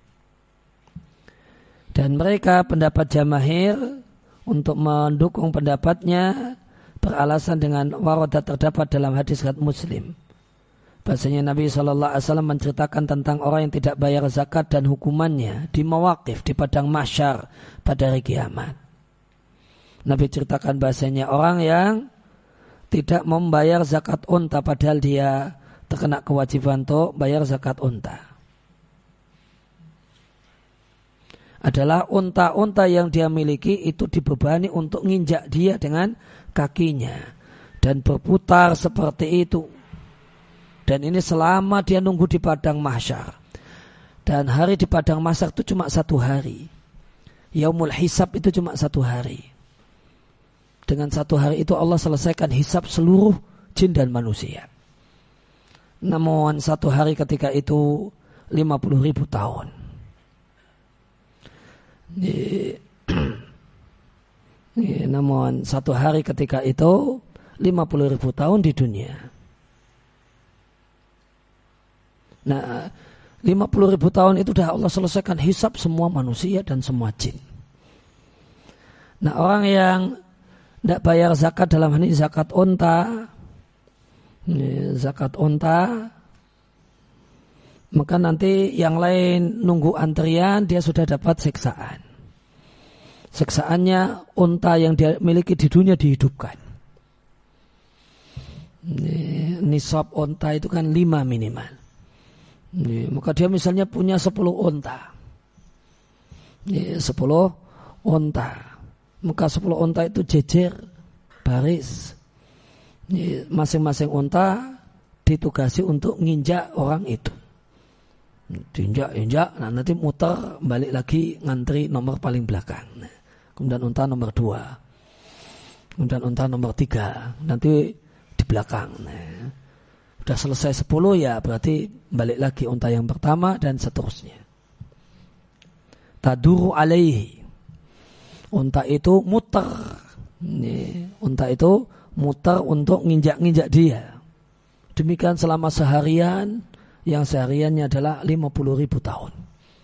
Dan mereka pendapat jamahir untuk mendukung pendapatnya beralasan dengan waradat terdapat dalam hadis riwayat Muslim. Bahasanya Nabi shallallahu alaihi wasallam menceritakan tentang orang yang tidak bayar zakat dan hukumannya di mawaqif, di padang mahsyar pada hari kiamat. Nabi ceritakan bahasanya orang yang tidak membayar zakat unta padahal dia terkena kewajiban untuk bayar zakat unta. Adalah unta-unta yang dia miliki itu dibebani untuk nginjak dia dengan kakinya dan berputar seperti itu. Dan ini selama dia nunggu di padang mahsyar. Dan hari di padang mahsyar itu cuma satu hari. Yaumul hisab itu cuma satu hari. Dengan satu hari itu Allah selesaikan hisab seluruh jin dan manusia. Namun satu hari ketika itu lima puluh ribu tahun. Namun satu hari ketika itu lima puluh ribu tahun di dunia. Nah, lima puluh ribu tahun itu sudah Allah selesaikan hisab semua manusia dan semua jin. Nah, orang yang tidak bayar zakat dalam hal ini zakat unta, zakat unta, maka nanti yang lain nunggu antrian, dia sudah dapat siksaan. Siksaannya unta yang dia miliki di dunia dihidupkan. Nisab unta itu kan lima minimal. Maka dia misalnya punya sepuluh unta. Sepuluh unta. Maka sepuluh unta itu jejer baris. Masing-masing unta ditugasi untuk nginjak orang itu. Diinjak-injak, nah nanti muter balik lagi ngantri nomor paling belakang. Nah, kemudian unta nomor dua, kemudian unta nomor tiga, nanti di belakang. Nah, udah selesai sepuluh ya berarti balik lagi unta yang pertama dan seterusnya. Taduru alaihi, unta itu muter. Nih, unta itu muter untuk nginjak-nginjak dia. Demikian selama seharian. Yang sehariannya adalah lima puluh ribu tahun.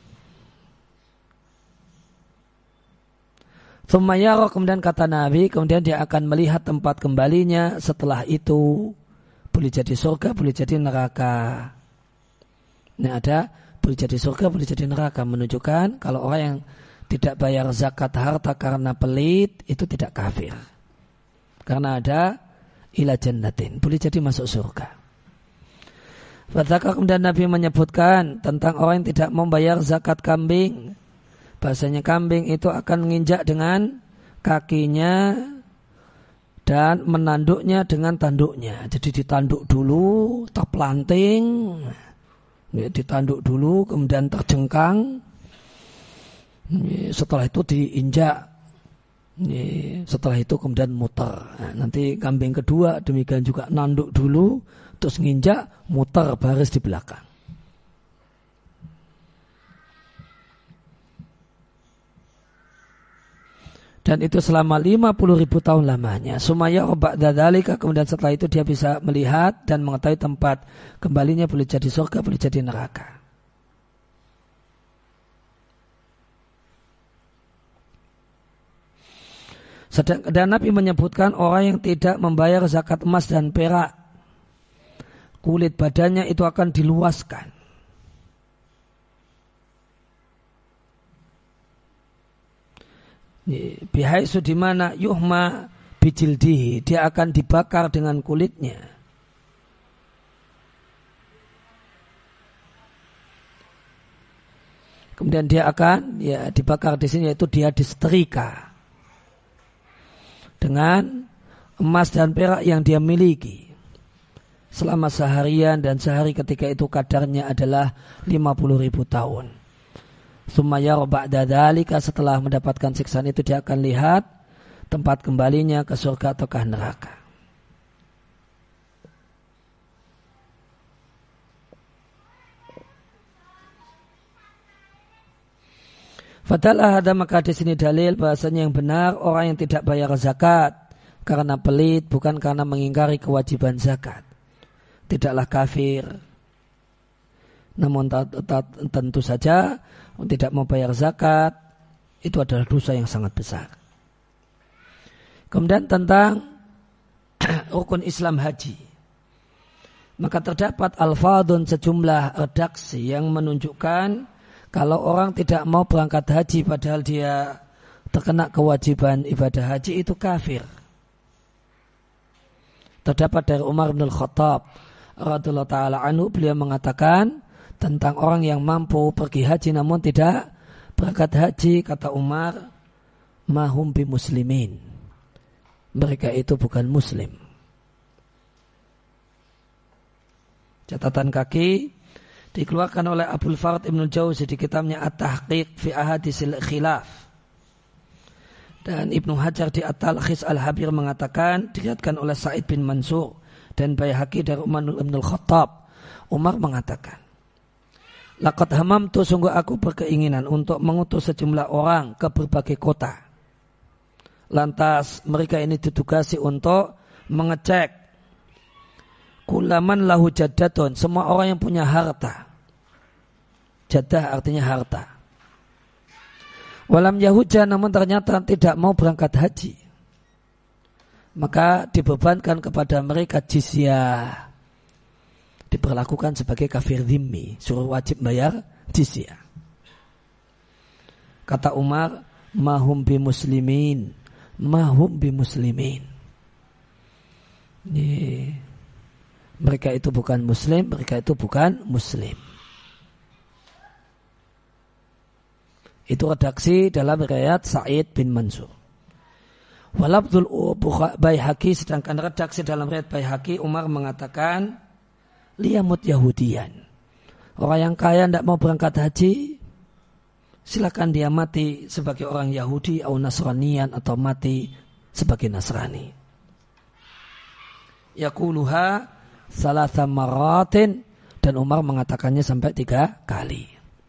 Thumayaro, kemudian kata Nabi, kemudian dia akan melihat tempat kembalinya setelah itu. Boleh jadi surga, boleh jadi neraka. Ini ada, boleh jadi surga, boleh jadi neraka. Menunjukkan kalau orang yang tidak bayar zakat harta karena pelit, itu tidak kafir. Karena ada ila jannatin, boleh jadi masuk surga. Fadzakar, kemudian Nabi menyebutkan tentang orang yang tidak membayar zakat kambing. Bahasanya kambing itu akan menginjak dengan kakinya dan menanduknya dengan tanduknya. Jadi ditanduk dulu, terpelanting, ditanduk dulu, kemudian terjengkang. Setelah itu diinjak. Setelah itu kemudian muter. Nah, nanti kambing kedua demikian juga nanduk dulu, terus nginjak, muter baris di belakang. Dan itu selama lima puluh ribu tahun lamanya. Sumaya ba'da dzalika, kemudian setelah itu dia bisa melihat dan mengetahui tempat kembalinya, boleh jadi surga, boleh jadi neraka. Dan Nabi menyebutkan orang yang tidak membayar zakat emas dan perak, kulit badannya itu akan diluaskan. Bihaisu di mana yuhma bijildihi, dia akan dibakar dengan kulitnya. Kemudian dia akan ya dibakar di sini, yaitu dia disetrika dengan emas dan perak yang dia miliki selama seharian, dan sehari ketika itu kadarnya adalah lima puluh ribu tahun. Tsumma ba'da dzalika, setelah mendapatkan siksaan itu dia akan lihat tempat kembalinya ke surga ataukah neraka. Fadalah ada, maka di sini dalil bahasanya yang benar orang yang tidak bayar zakat karena pelit, bukan karena mengingkari kewajiban zakat, tidaklah kafir. Namun tentu saja tidak membayar zakat itu adalah dosa yang sangat besar. Kemudian tentang rukun Islam haji, maka terdapat alfadun, sejumlah redaksi yang menunjukkan kalau orang tidak mau berangkat haji padahal dia terkena kewajiban ibadah haji, itu kafir. Terdapat dari Umar bin Khattab radhiyallahu taala anhu, beliau mengatakan tentang orang yang mampu pergi haji namun tidak berangkat haji, kata Umar, mahum bi muslimin, mereka itu bukan muslim. Catatan kaki dikeluarkan oleh Abdul Farad Ibnul Jauzi di kitabnya At-Tahqiq fi Ahadisil Khilaf. Dan Ibnu Hajar di At-Talkhis Al-Habir mengatakan, diriwayatkan oleh Sa'id bin Mansur dan Baihaqi dari Umar bin Khattab, Umar mengatakan, laqad hamamtu, sungguh aku berkeinginan untuk mengutus sejumlah orang ke berbagai kota. Lantas mereka ini ditugasi untuk mengecek kulaman lahu jaddatun, semua orang yang punya harta. Jaddah artinya harta. Walam yahujjah, namun ternyata tidak mau berangkat haji. Maka dibebankan kepada mereka jizyah. Diperlakukan sebagai kafir dhimmi, suruh wajib bayar jizyah. Kata Umar, mahum bi muslimin, mahum bi muslimin. Ini, mereka itu bukan muslim, mereka itu bukan muslim. Itu redaksi dalam riwayat Sa'id bin Mansur. Walabdul Baihaqi, sedangkan redaksi dalam riwayat Baihaqi, Umar mengatakan liyamut Yahudiyan. Orang yang kaya tidak mau berangkat haji, silakan dia mati sebagai orang Yahudi atau Nasranian, atau mati sebagai Nasrani. Yaquluha salasa maratin, dan Umar mengatakannya sampai tiga kali.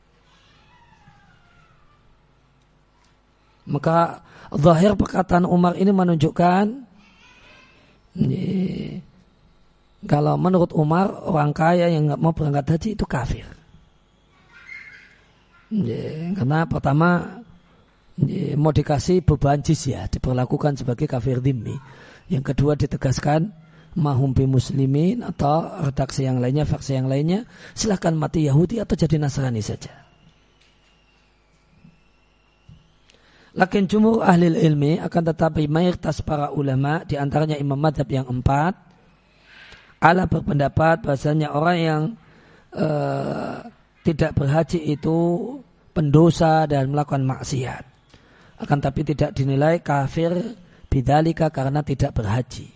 Maka zahir perkataan Umar ini menunjukkan ini, kalau menurut Umar, orang kaya yang nggak mau berangkat haji itu kafir. Ya, karena pertama ya, mau dikasih beban jizyah, diperlakukan sebagai kafir dhimmi. Yang kedua ditegaskan mahum bi muslimin, atau redaksi yang lainnya, faksi yang lainnya, silahkan mati Yahudi atau jadi Nasrani saja. Lakin jumhur ahli ilmi, akan tetapi mayoritas para ulama, di antaranya imam madhab yang empat, ala berpendapat bahasanya orang yang uh, tidak berhaji itu pendosa dan melakukan maksiat, akan tapi tidak dinilai kafir bidzalika karena tidak berhaji.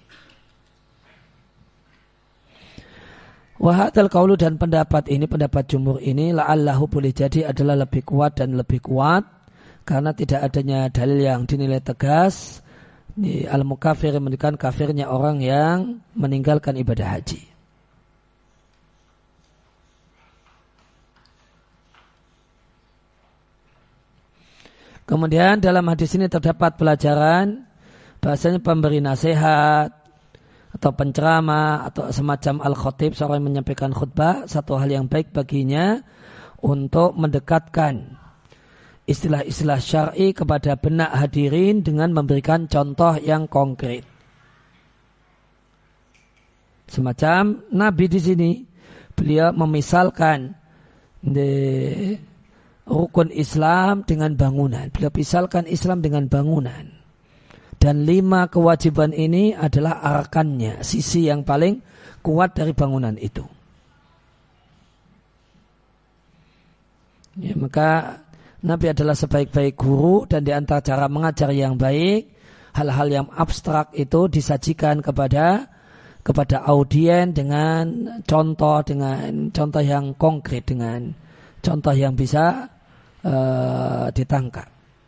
Wahadal qaulu, dan pendapat ini, pendapat jumhur ini, la'allahu boleh jadi adalah lebih kuat dan lebih kuat karena tidak adanya dalil yang dinilai tegas al-mukafir, menunjukkan kafirnya orang yang meninggalkan ibadah haji. Kemudian dalam hadis ini terdapat pelajaran bahasanya pemberi nasihat atau penceramah atau semacam al-khatib, seorang yang menyampaikan khutbah, satu hal yang baik baginya untuk mendekatkan istilah-istilah syar'i kepada benak hadirin dengan memberikan contoh yang konkret. Semacam Nabi di sini, beliau memisalkan de, rukun Islam dengan bangunan. Beliau misalkan Islam dengan bangunan. Dan lima kewajiban ini adalah arkannya, sisi yang paling kuat dari bangunan itu. Ya, maka Nabi adalah sebaik-baik guru, dan di antara cara mengajar yang baik, hal-hal yang abstrak itu disajikan kepada kepada audien dengan contoh, dengan contoh yang konkret, dengan contoh yang bisa uh, ditangkap.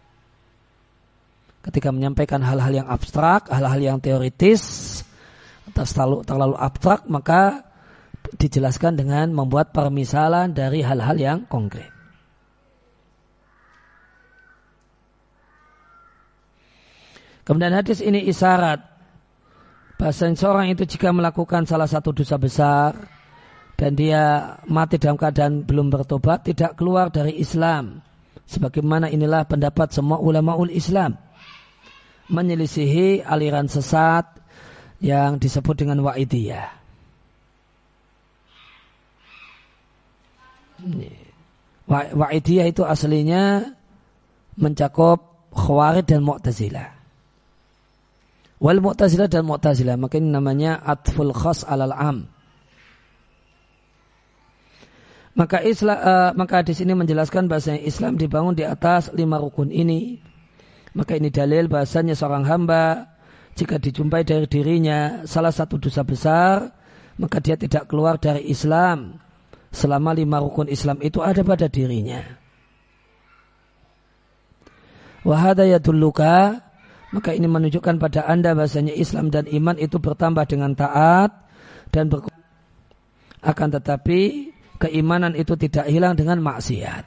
Ketika menyampaikan hal-hal yang abstrak, hal-hal yang teoritis atau terlalu, terlalu abstrak, maka dijelaskan dengan membuat permisalan dari hal-hal yang konkret. Kemudian hadis ini isyarat bahasa seorang itu jika melakukan salah satu dosa besar dan dia mati dalam keadaan belum bertobat, tidak keluar dari Islam. Sebagaimana inilah pendapat semua ulamaul Islam, menyelisihi aliran sesat yang disebut dengan Wa'idiyah. Wa'idiyah itu aslinya mencakup Khawarij dan Mu'tazilah. Wal Mu'tazilah dan Mu'tazilah, maka ini namanya atful khas alal am. Maka Islam, uh, maka di sini menjelaskan bahasanya Islam dibangun di atas lima rukun ini. Maka ini dalil bahasanya seorang hamba jika dijumpai dari dirinya salah satu dosa besar, maka dia tidak keluar dari Islam selama lima rukun Islam itu ada pada dirinya. Wa hadza yadulluka, maka ini menunjukkan pada anda bahasanya Islam dan iman itu bertambah dengan taat dan ber- akan tetapi keimanan itu tidak hilang dengan maksiat.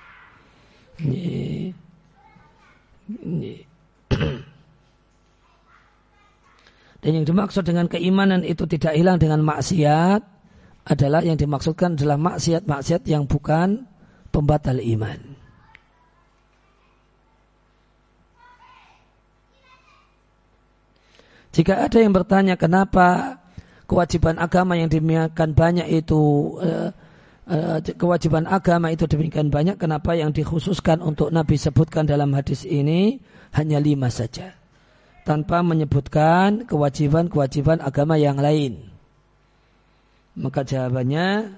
Ini, ini. Dan yang dimaksud dengan keimanan itu tidak hilang dengan maksiat adalah yang dimaksudkan adalah maksiat-maksiat yang bukan pembatal iman. Jika ada yang bertanya kenapa kewajiban agama yang demikian banyak itu uh, uh, kewajiban agama itu demikian banyak, kenapa yang dikhususkan untuk Nabi sebutkan dalam hadis ini hanya lima saja, tanpa menyebutkan kewajiban-kewajiban agama yang lain? Maka jawabannya,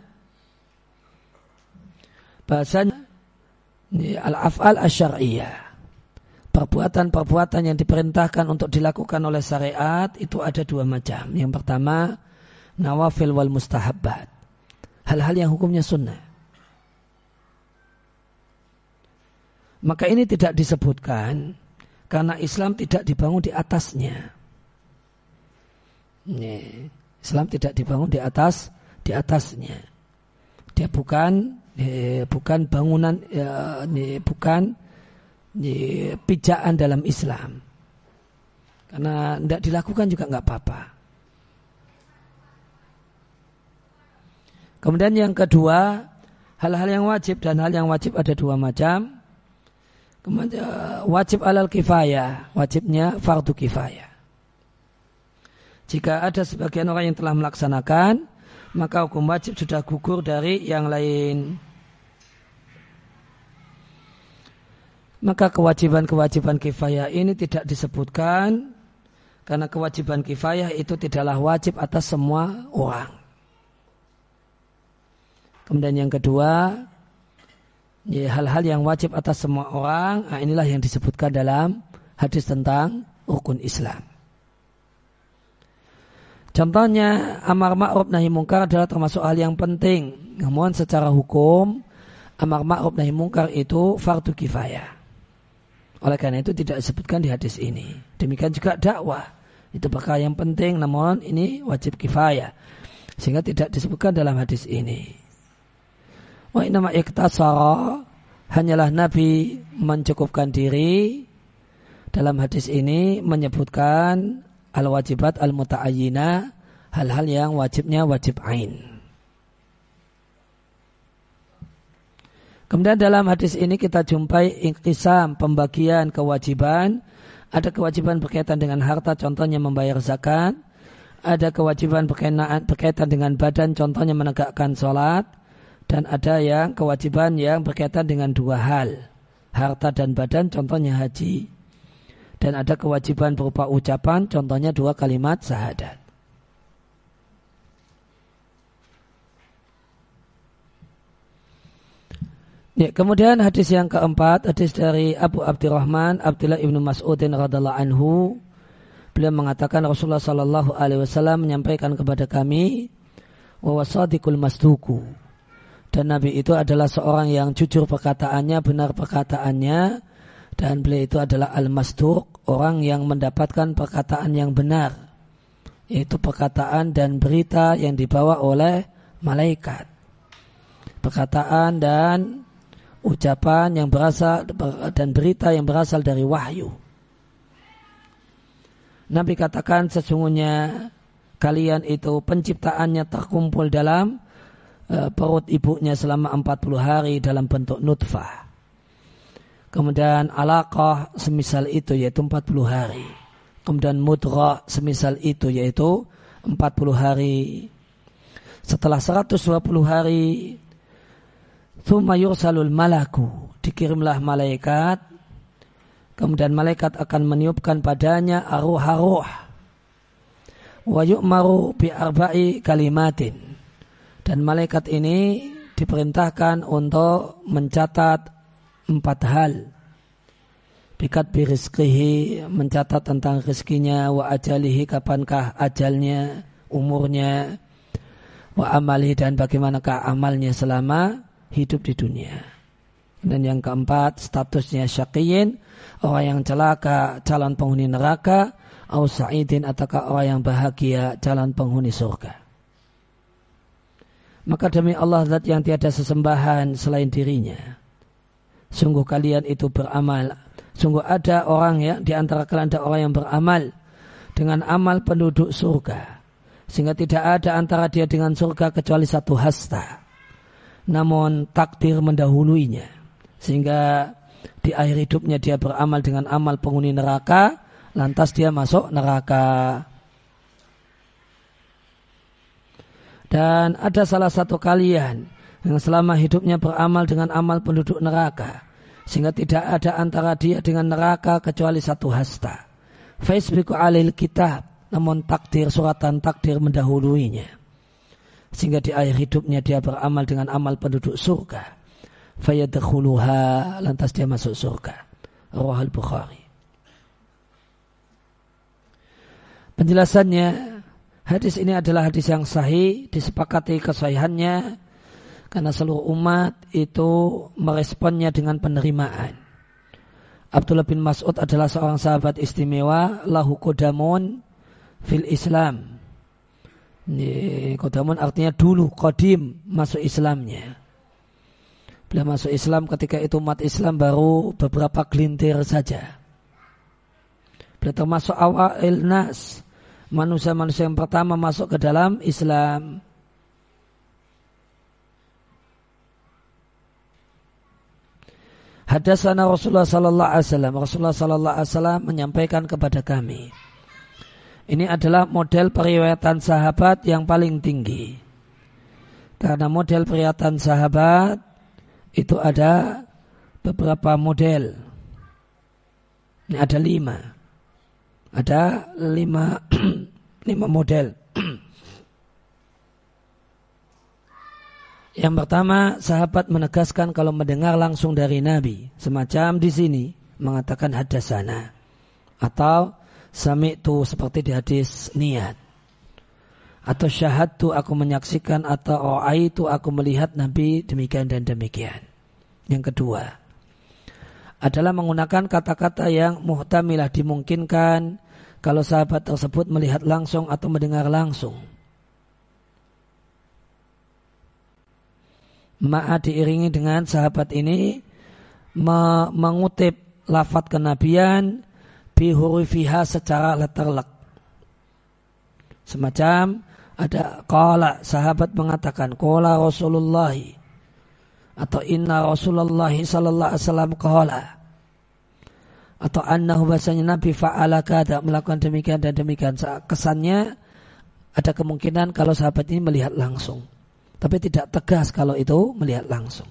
bahasanya al-af'al asy-syar'iyyah, perbuatan-perbuatan yang diperintahkan untuk dilakukan oleh syariat itu ada dua macam. Yang pertama, nawafil wal mustahabbat, hal-hal yang hukumnya sunnah. Maka ini tidak disebutkan karena Islam tidak dibangun di atasnya. Nih, Islam tidak dibangun di atas di atasnya. Dia bukan eh, bukan bangunan, eh, bukan eh, pijakan dalam Islam. Karena tidak dilakukan juga nggak apa-apa. Kemudian yang kedua, hal-hal yang wajib, dan hal yang wajib ada dua macam. Kemudian wajib alal kifayah, wajibnya fardu kifayah. Jika ada sebagian orang yang telah melaksanakan, maka hukum wajib sudah gugur dari yang lain. Maka kewajiban-kewajiban kifayah ini tidak disebutkan karena kewajiban kifayah itu tidaklah wajib atas semua orang. Kemudian yang kedua, ya, hal-hal yang wajib atas semua orang, nah inilah yang disebutkan dalam hadis tentang rukun Islam. Contohnya, amar ma'ruf nahi mungkar adalah termasuk hal yang penting. Namun secara hukum, amar ma'ruf nahi mungkar itu fardu kifayah. Oleh karena itu tidak disebutkan di hadis ini. Demikian juga dakwah, itu perkara yang penting, namun ini wajib kifayah, sehingga tidak disebutkan dalam hadis ini. Wa innama iktasara, hanyalah Nabi mencukupkan diri dalam hadis ini menyebutkan al-wajibat al-muta'ayyinah, hal-hal yang wajibnya wajib ain. Kemudian dalam hadis ini kita jumpai inqisam, pembagian kewajiban. Ada kewajiban berkaitan dengan harta, contohnya membayar zakat. Ada kewajiban berkaitan, berkaitan dengan badan, contohnya menegakkan sholat. Dan ada yang kewajiban yang berkaitan dengan dua hal, harta dan badan, contohnya haji. Dan ada kewajiban berupa ucapan, contohnya dua kalimat syahadat. Ya, kemudian hadis yang keempat, hadis dari Abu Abdurrahman Abdullah ibnu Mas'udin radhiallahu anhu. Beliau mengatakan Rasulullah sallallahu alaihi wasallam menyampaikan kepada kami, wa wasadiqul masduku, dan Nabi itu adalah seorang yang jujur perkataannya, benar perkataannya, dan beliau itu adalah al-masduq, orang yang mendapatkan perkataan yang benar, yaitu perkataan dan berita yang dibawa oleh malaikat, perkataan dan ucapan yang berasal dan berita yang berasal dari wahyu. Nabi katakan sesungguhnya kalian itu penciptaannya terkumpul dalam uh, perut ibunya selama empat puluh hari dalam bentuk nutfah. Kemudian alaqah semisal itu yaitu empat puluh hari. Kemudian mudghah semisal itu yaitu empat puluh hari. Setelah seratus dua puluh hari, tsumma yursalul malaku, dikirimlah malaikat, kemudian malaikat akan meniupkan padanya aruh-aruh, wa yu'maru bi arba'i kalimatin, dan malaikat ini diperintahkan untuk mencatat empat hal. Bikat bi rizqihi, mencatat tentang rezekinya, wa ajalihi, kapankah ajalnya, umurnya, wa amalihi, dan bagaimanakah amalnya selama hidup di dunia. Dan yang keempat, statusnya syaqiyin, orang yang celaka, calon penghuni neraka, au sa'idin, ataukah orang yang bahagia, calon penghuni surga. Maka demi Allah zat yang tiada sesembahan selain dirinya, sungguh kalian itu beramal, sungguh ada orang ya di antara kalian ada orang yang beramal dengan amal penduduk surga, sehingga tidak ada antara dia dengan surga kecuali satu hasta. namun takdir mendahuluinya, sehingga di akhir hidupnya dia beramal dengan amal penghuni neraka, lantas dia masuk neraka. Dan ada salah satu kalian yang selama hidupnya beramal dengan amal penduduk neraka, sehingga tidak ada antara dia dengan neraka kecuali satu hasta. Faisbiqu alil kitab, namun takdir, suratan takdir mendahuluinya, sehingga di akhir hidupnya dia beramal dengan amal penduduk surga. Fayadkhuluha, lantas dia masuk surga. Rawahul Bukhari. Penjelasannya, hadis ini adalah hadis yang sahih, disepakati kesahihannya karena seluruh umat itu meresponnya dengan penerimaan. Abdullah bin Mas'ud adalah seorang sahabat istimewa, lahu qadamun fil Islam. Ini qadamun artinya dulu, qadim, masuk Islamnya. Beliau masuk Islam ketika itu umat Islam baru beberapa gelintir saja. Beliau termasuk awal nas, manusia-manusia yang pertama masuk ke dalam Islam. Hadatsana Rasulullah sallallahu alaihi wasallam. Rasulullah sallallahu alaihi wasallam menyampaikan kepada kami. Ini adalah model periwayatan sahabat yang paling tinggi. Karena model periwayatan sahabat itu ada beberapa model. Ini ada lima. Ada lima, lima model. Yang pertama, sahabat menegaskan kalau mendengar langsung dari Nabi. Semacam di sini mengatakan hadatsana. Atau sami'tu seperti di hadis niat. Atau syahadtu aku menyaksikan, atau ra'aitu aku melihat Nabi demikian dan demikian. Yang kedua adalah menggunakan kata-kata yang muhtamilah, dimungkinkan kalau sahabat tersebut melihat langsung atau mendengar langsung. Ma'a diiringi dengan sahabat ini me- mengutip lafaz kenabian bihurufiha secara letterlek. Semacam ada qala, sahabat mengatakan qala Rasulullah, atau inna Rasulullah sallallahu alaihi wasallam qala, atau annahu bahasanya Nabi fa'ala kada, melakukan demikian dan demikian. Kesannya ada kemungkinan kalau sahabat ini melihat langsung, tapi tidak tegas kalau itu melihat langsung.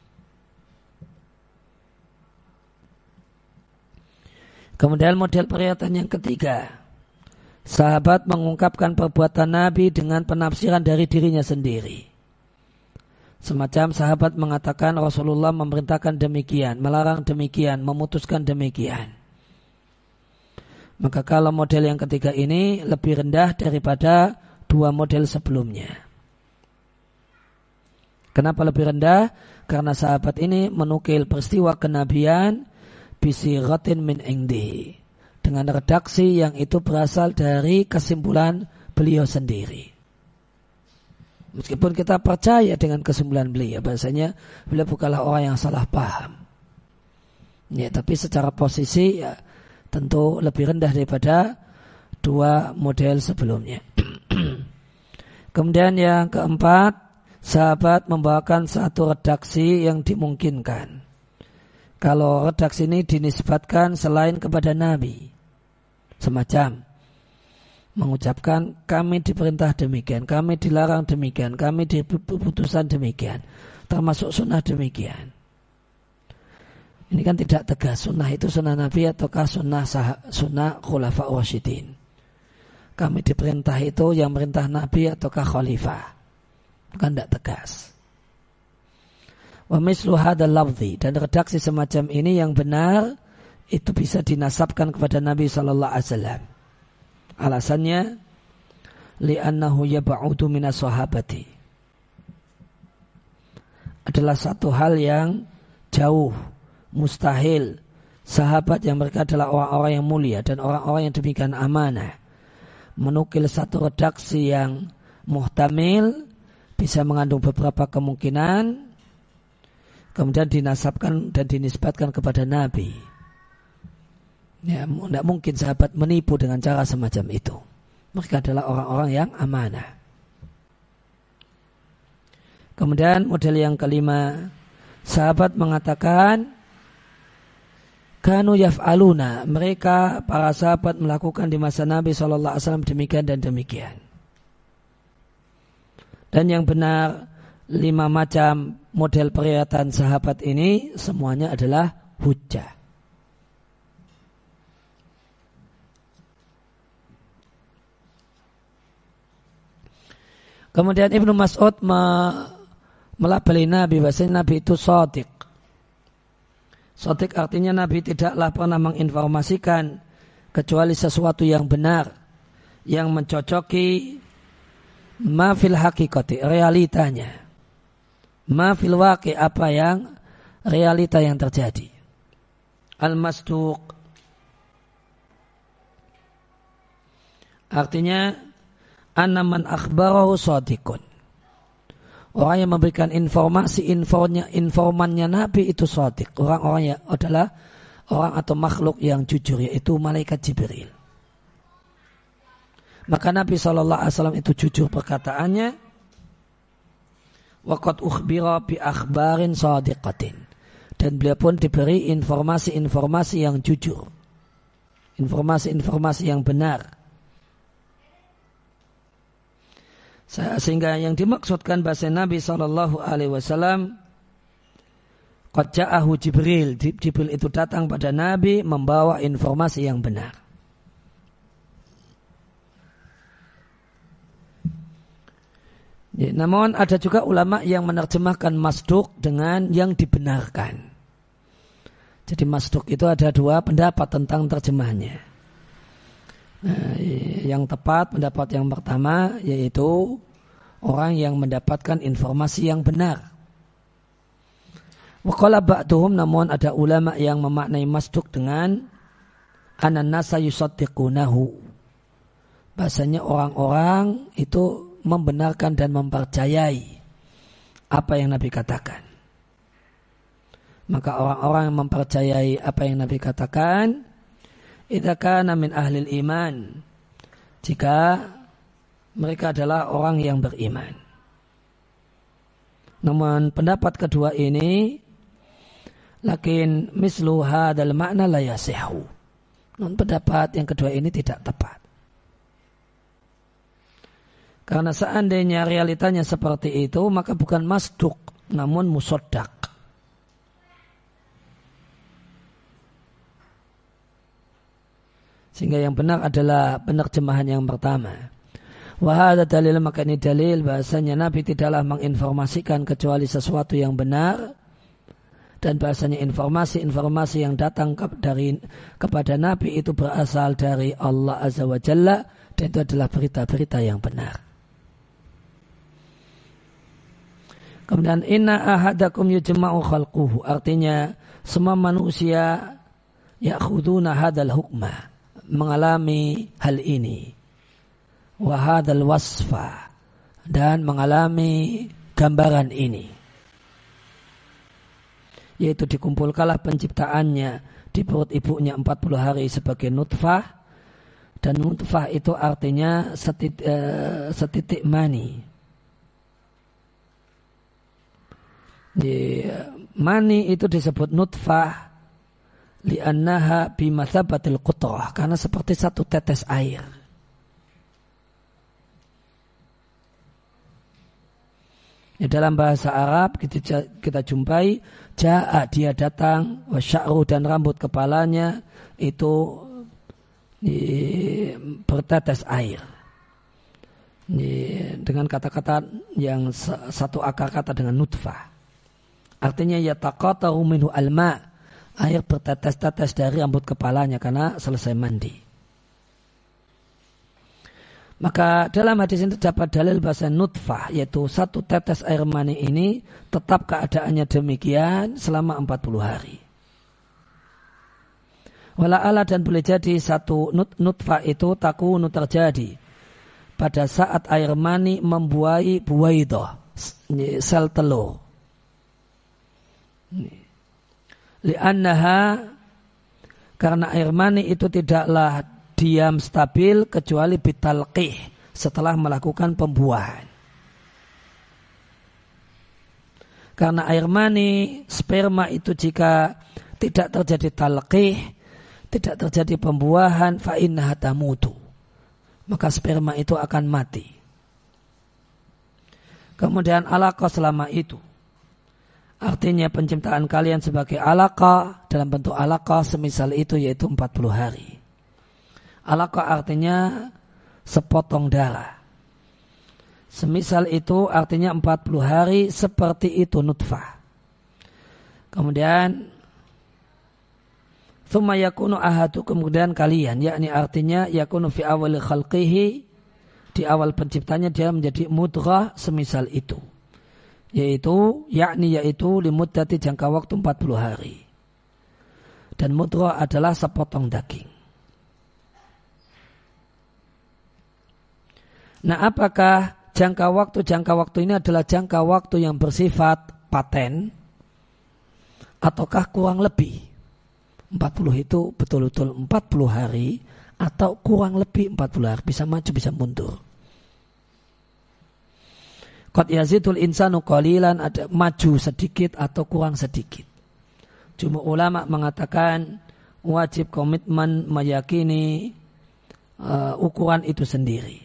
Kemudian model periwayatan yang ketiga, sahabat mengungkapkan perbuatan Nabi dengan penafsiran dari dirinya sendiri. Semacam sahabat mengatakan Rasulullah memerintahkan demikian, melarang demikian, memutuskan demikian. Maka kalau model yang ketiga ini lebih rendah daripada dua model sebelumnya. Kenapa lebih rendah? Karena sahabat ini menukil peristiwa kenabian bisiratin min indi, dengan redaksi yang itu berasal dari kesimpulan beliau sendiri. Meskipun kita percaya dengan kesimpulan beliau, bahasanya beliau bukanlah orang yang salah paham. Ya, tapi secara posisi ya, tentu lebih rendah daripada dua model sebelumnya. Kemudian yang keempat, sahabat membawakan satu redaksi yang dimungkinkan kalau redaksi ini dinisbatkan selain kepada Nabi. Semacam mengucapkan kami diperintah demikian, kami dilarang demikian, kami diputusan demikian, termasuk sunnah demikian. Ini kan tidak tegas, sunnah itu sunnah Nabi ataukah sunnah sah, sunnah khulafa rasyidin. Kami diperintah itu yang perintah Nabi ataukah khalifah. Kan tidak tegas. Wa mislu hadzal lafzi, dan redaksi semacam ini yang benar itu bisa dinasabkan kepada Nabi sallallahu alaihi wasallam. Alasannya li'annahu yab'udu minas sahabati, adalah satu hal yang jauh, mustahil sahabat yang mereka adalah orang-orang yang mulia dan orang-orang yang demikian amanah menukil satu redaksi yang muhtamil, bisa mengandung beberapa kemungkinan, kemudian dinasabkan dan dinisbatkan kepada Nabi. Ya, tidak mungkin sahabat menipu dengan cara semacam itu. Mereka adalah orang-orang yang amanah. Kemudian model yang kelima, sahabat mengatakan, kanu yaf'aluna, mereka para sahabat melakukan di masa Nabi shallallahu alaihi wasallam demikian dan demikian. Dan yang benar, lima macam model periyatan sahabat ini semuanya adalah hujjah. Kemudian Ibnu Mas'ud me- melabeli Nabi, bahasanya Nabi itu shadiq. Shadiq artinya Nabi tidaklah pernah menginformasikan kecuali sesuatu yang benar, yang mencocoki ma fil haqiqati, realitanya. Ma fil waqi, apa yang realita yang terjadi. Al-masduq artinya anna man akhbarahu shadiqun. Orang yang memberikan informasi informannya, informannya Nabi itu shadiq. Orang-orang yang adalah orang atau makhluk yang jujur, yaitu malaikat Jibril. Maka Nabi shallallahu alaihi wasallam itu jujur perkataannya. Waqad ukhbira bi akhbarin shadiqatin. Dan beliau pun diberi informasi-informasi yang jujur. Informasi-informasi yang benar. Sehingga yang dimaksudkan bahasa Nabi shallallahu alaihi wasallam, qad ja'ahu Jibril, Jibril itu datang pada Nabi membawa informasi yang benar. Ya, namun ada juga ulama yang menerjemahkan masduq dengan yang dibenarkan. Jadi masduq itu ada dua pendapat tentang terjemahnya. Nah, yang tepat pendapat yang pertama yaitu orang yang mendapatkan informasi yang benar. Wa qala ba'duhum, namun ada ulama yang memaknai masduq dengan anan nasa yusaddiqunahu. Bahasanya orang-orang itu membenarkan dan mempercayai apa yang Nabi katakan. Maka orang-orang yang mempercayai apa yang Nabi katakan, idza kana min ahlil iman, jika mereka adalah orang yang beriman. Namun pendapat kedua ini, lakin mislu hadzal makna la yasihu. Namun pendapat yang kedua ini tidak tepat. Karena seandainya realitanya seperti itu, maka bukan masduq, namun musaddaq. Sehingga yang benar adalah penerjemahan yang pertama. Wahada dalil, maka ini dalil bahasanya Nabi tidaklah menginformasikan kecuali sesuatu yang benar, dan bahasanya informasi-informasi yang datang ke, dari kepada Nabi itu berasal dari Allah Azza wa Jalla, dan itu adalah berita-berita yang benar. Kemudian inna ahadakum yujma'u khalquhu, artinya semua manusia ya'khuduna hadzal hukma, mengalami hal ini, wa hadzal wasfa, dan mengalami gambaran ini, yaitu dikumpulkanlah penciptaannya di perut ibunya empat puluh hari sebagai nutfah, dan nutfah itu artinya setitik, uh, setitik mani. Di, mani itu disebut nutfah li'annaha bimathabatil qutrah, karena seperti satu tetes air. Ya, dalam bahasa Arab kita, kita jumpai ja'a, dia datang, wa sya'ru, dan rambut kepalanya itu di, bertetes air. Di, dengan kata-kata yang satu akar kata dengan nutfah. Artinya yataqataru minhu alma, air bertetes-tetes dari rambut kepalanya karena selesai mandi. Maka dalam hadis ini terdapat dalil bahasa nutfah, yaitu satu tetes air mani ini tetap keadaannya demikian selama empat puluh hari. Wala'ala, dan boleh jadi satu nut, nutfah itu takunu terjadi pada saat air mani membuahi buwaidah, sel telur. Li'annaha, karena air mani itu tidaklah diam stabil kecuali bitalqih, setelah melakukan pembuahan. Karena air mani, sperma itu jika tidak terjadi talqih, tidak terjadi pembuahan, fa innaha tamutu, maka sperma itu akan mati. Kemudian alaqah selama itu, artinya penciptaan kalian sebagai alaqah dalam bentuk alaqah semisal itu yaitu empat puluh hari. Alaqah artinya sepotong darah. Semisal itu artinya empat puluh hari seperti itu nutfah. Kemudian thumma yakunu ahadu, kemudian kalian, yakni artinya yakunu fi awal khalqihi, di awal penciptanya dia menjadi mudghah semisal itu. Yaitu yakni yaitu limuddati jangka waktu empat puluh hari. Dan mudghah adalah sepotong daging. Nah, apakah jangka waktu-jangka waktu ini adalah jangka waktu yang bersifat paten ataukah kurang lebih? empat puluh itu betul-betul empat puluh hari atau kurang lebih empat puluh hari, bisa maju bisa mundur. Qad yazidul insanu qalilan, ada maju sedikit atau kurang sedikit. Cuma ulama mengatakan wajib komitmen meyakini uh, ukuran itu sendiri.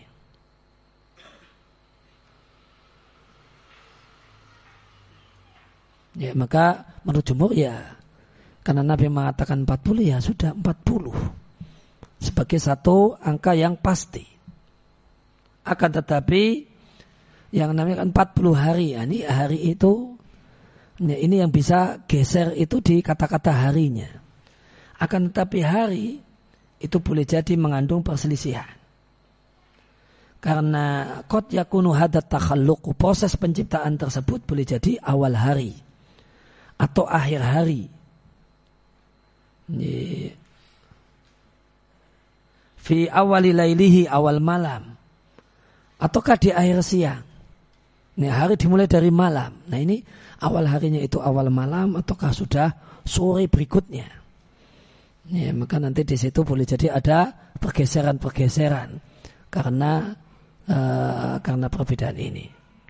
Ya, maka menurut jumhur ya, karena Nabi mengatakan empat puluh, ya sudah empat puluh sebagai satu angka yang pasti. Akan tetapi yang namanya empat puluh hari, ya, ini hari itu, ya, ini yang bisa geser itu di kata-kata harinya. Akan tetapi hari itu boleh jadi mengandung perselisihan. Karena qad yakunu hadat takhalluq, proses penciptaan tersebut boleh jadi awal hari atau akhir hari. Fi awali lailihi, awal malam, ataukah di akhir siang. Ini hari dimulai dari malam. Nah, ini awal harinya itu awal malam ataukah sudah sore berikutnya. Ya, maka nanti di situ boleh jadi ada pergeseran-pergeseran karena uh, karena perbedaan ini.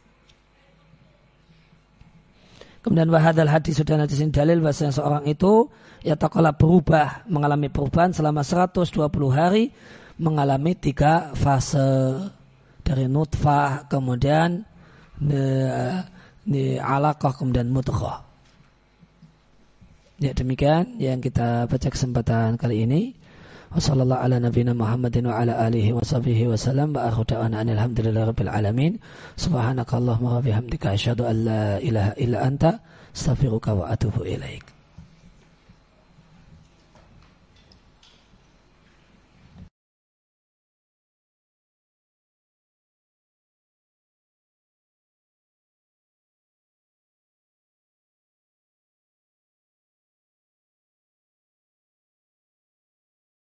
Kemudian wahadal hadis, sudah nanti sini dalil bahasanya seorang itu ya takola berubah, mengalami perubahan selama seratus dua puluh hari, mengalami tiga fase dari nutfah, kemudian ni alaqah, kemudian mudghah. Ya, demikian yang kita baca kesempatan kali ini. Wassallallahu ala nabiyina Muhammadin wa ala alihi wa sahbihi wa sallam wa akhiru da'wana alhamdulillahi rabbil alamin. Subhanakallahumma wa bihamdika asyhadu an la ilaha illa anta astaghfiruka wa atubu ilaik.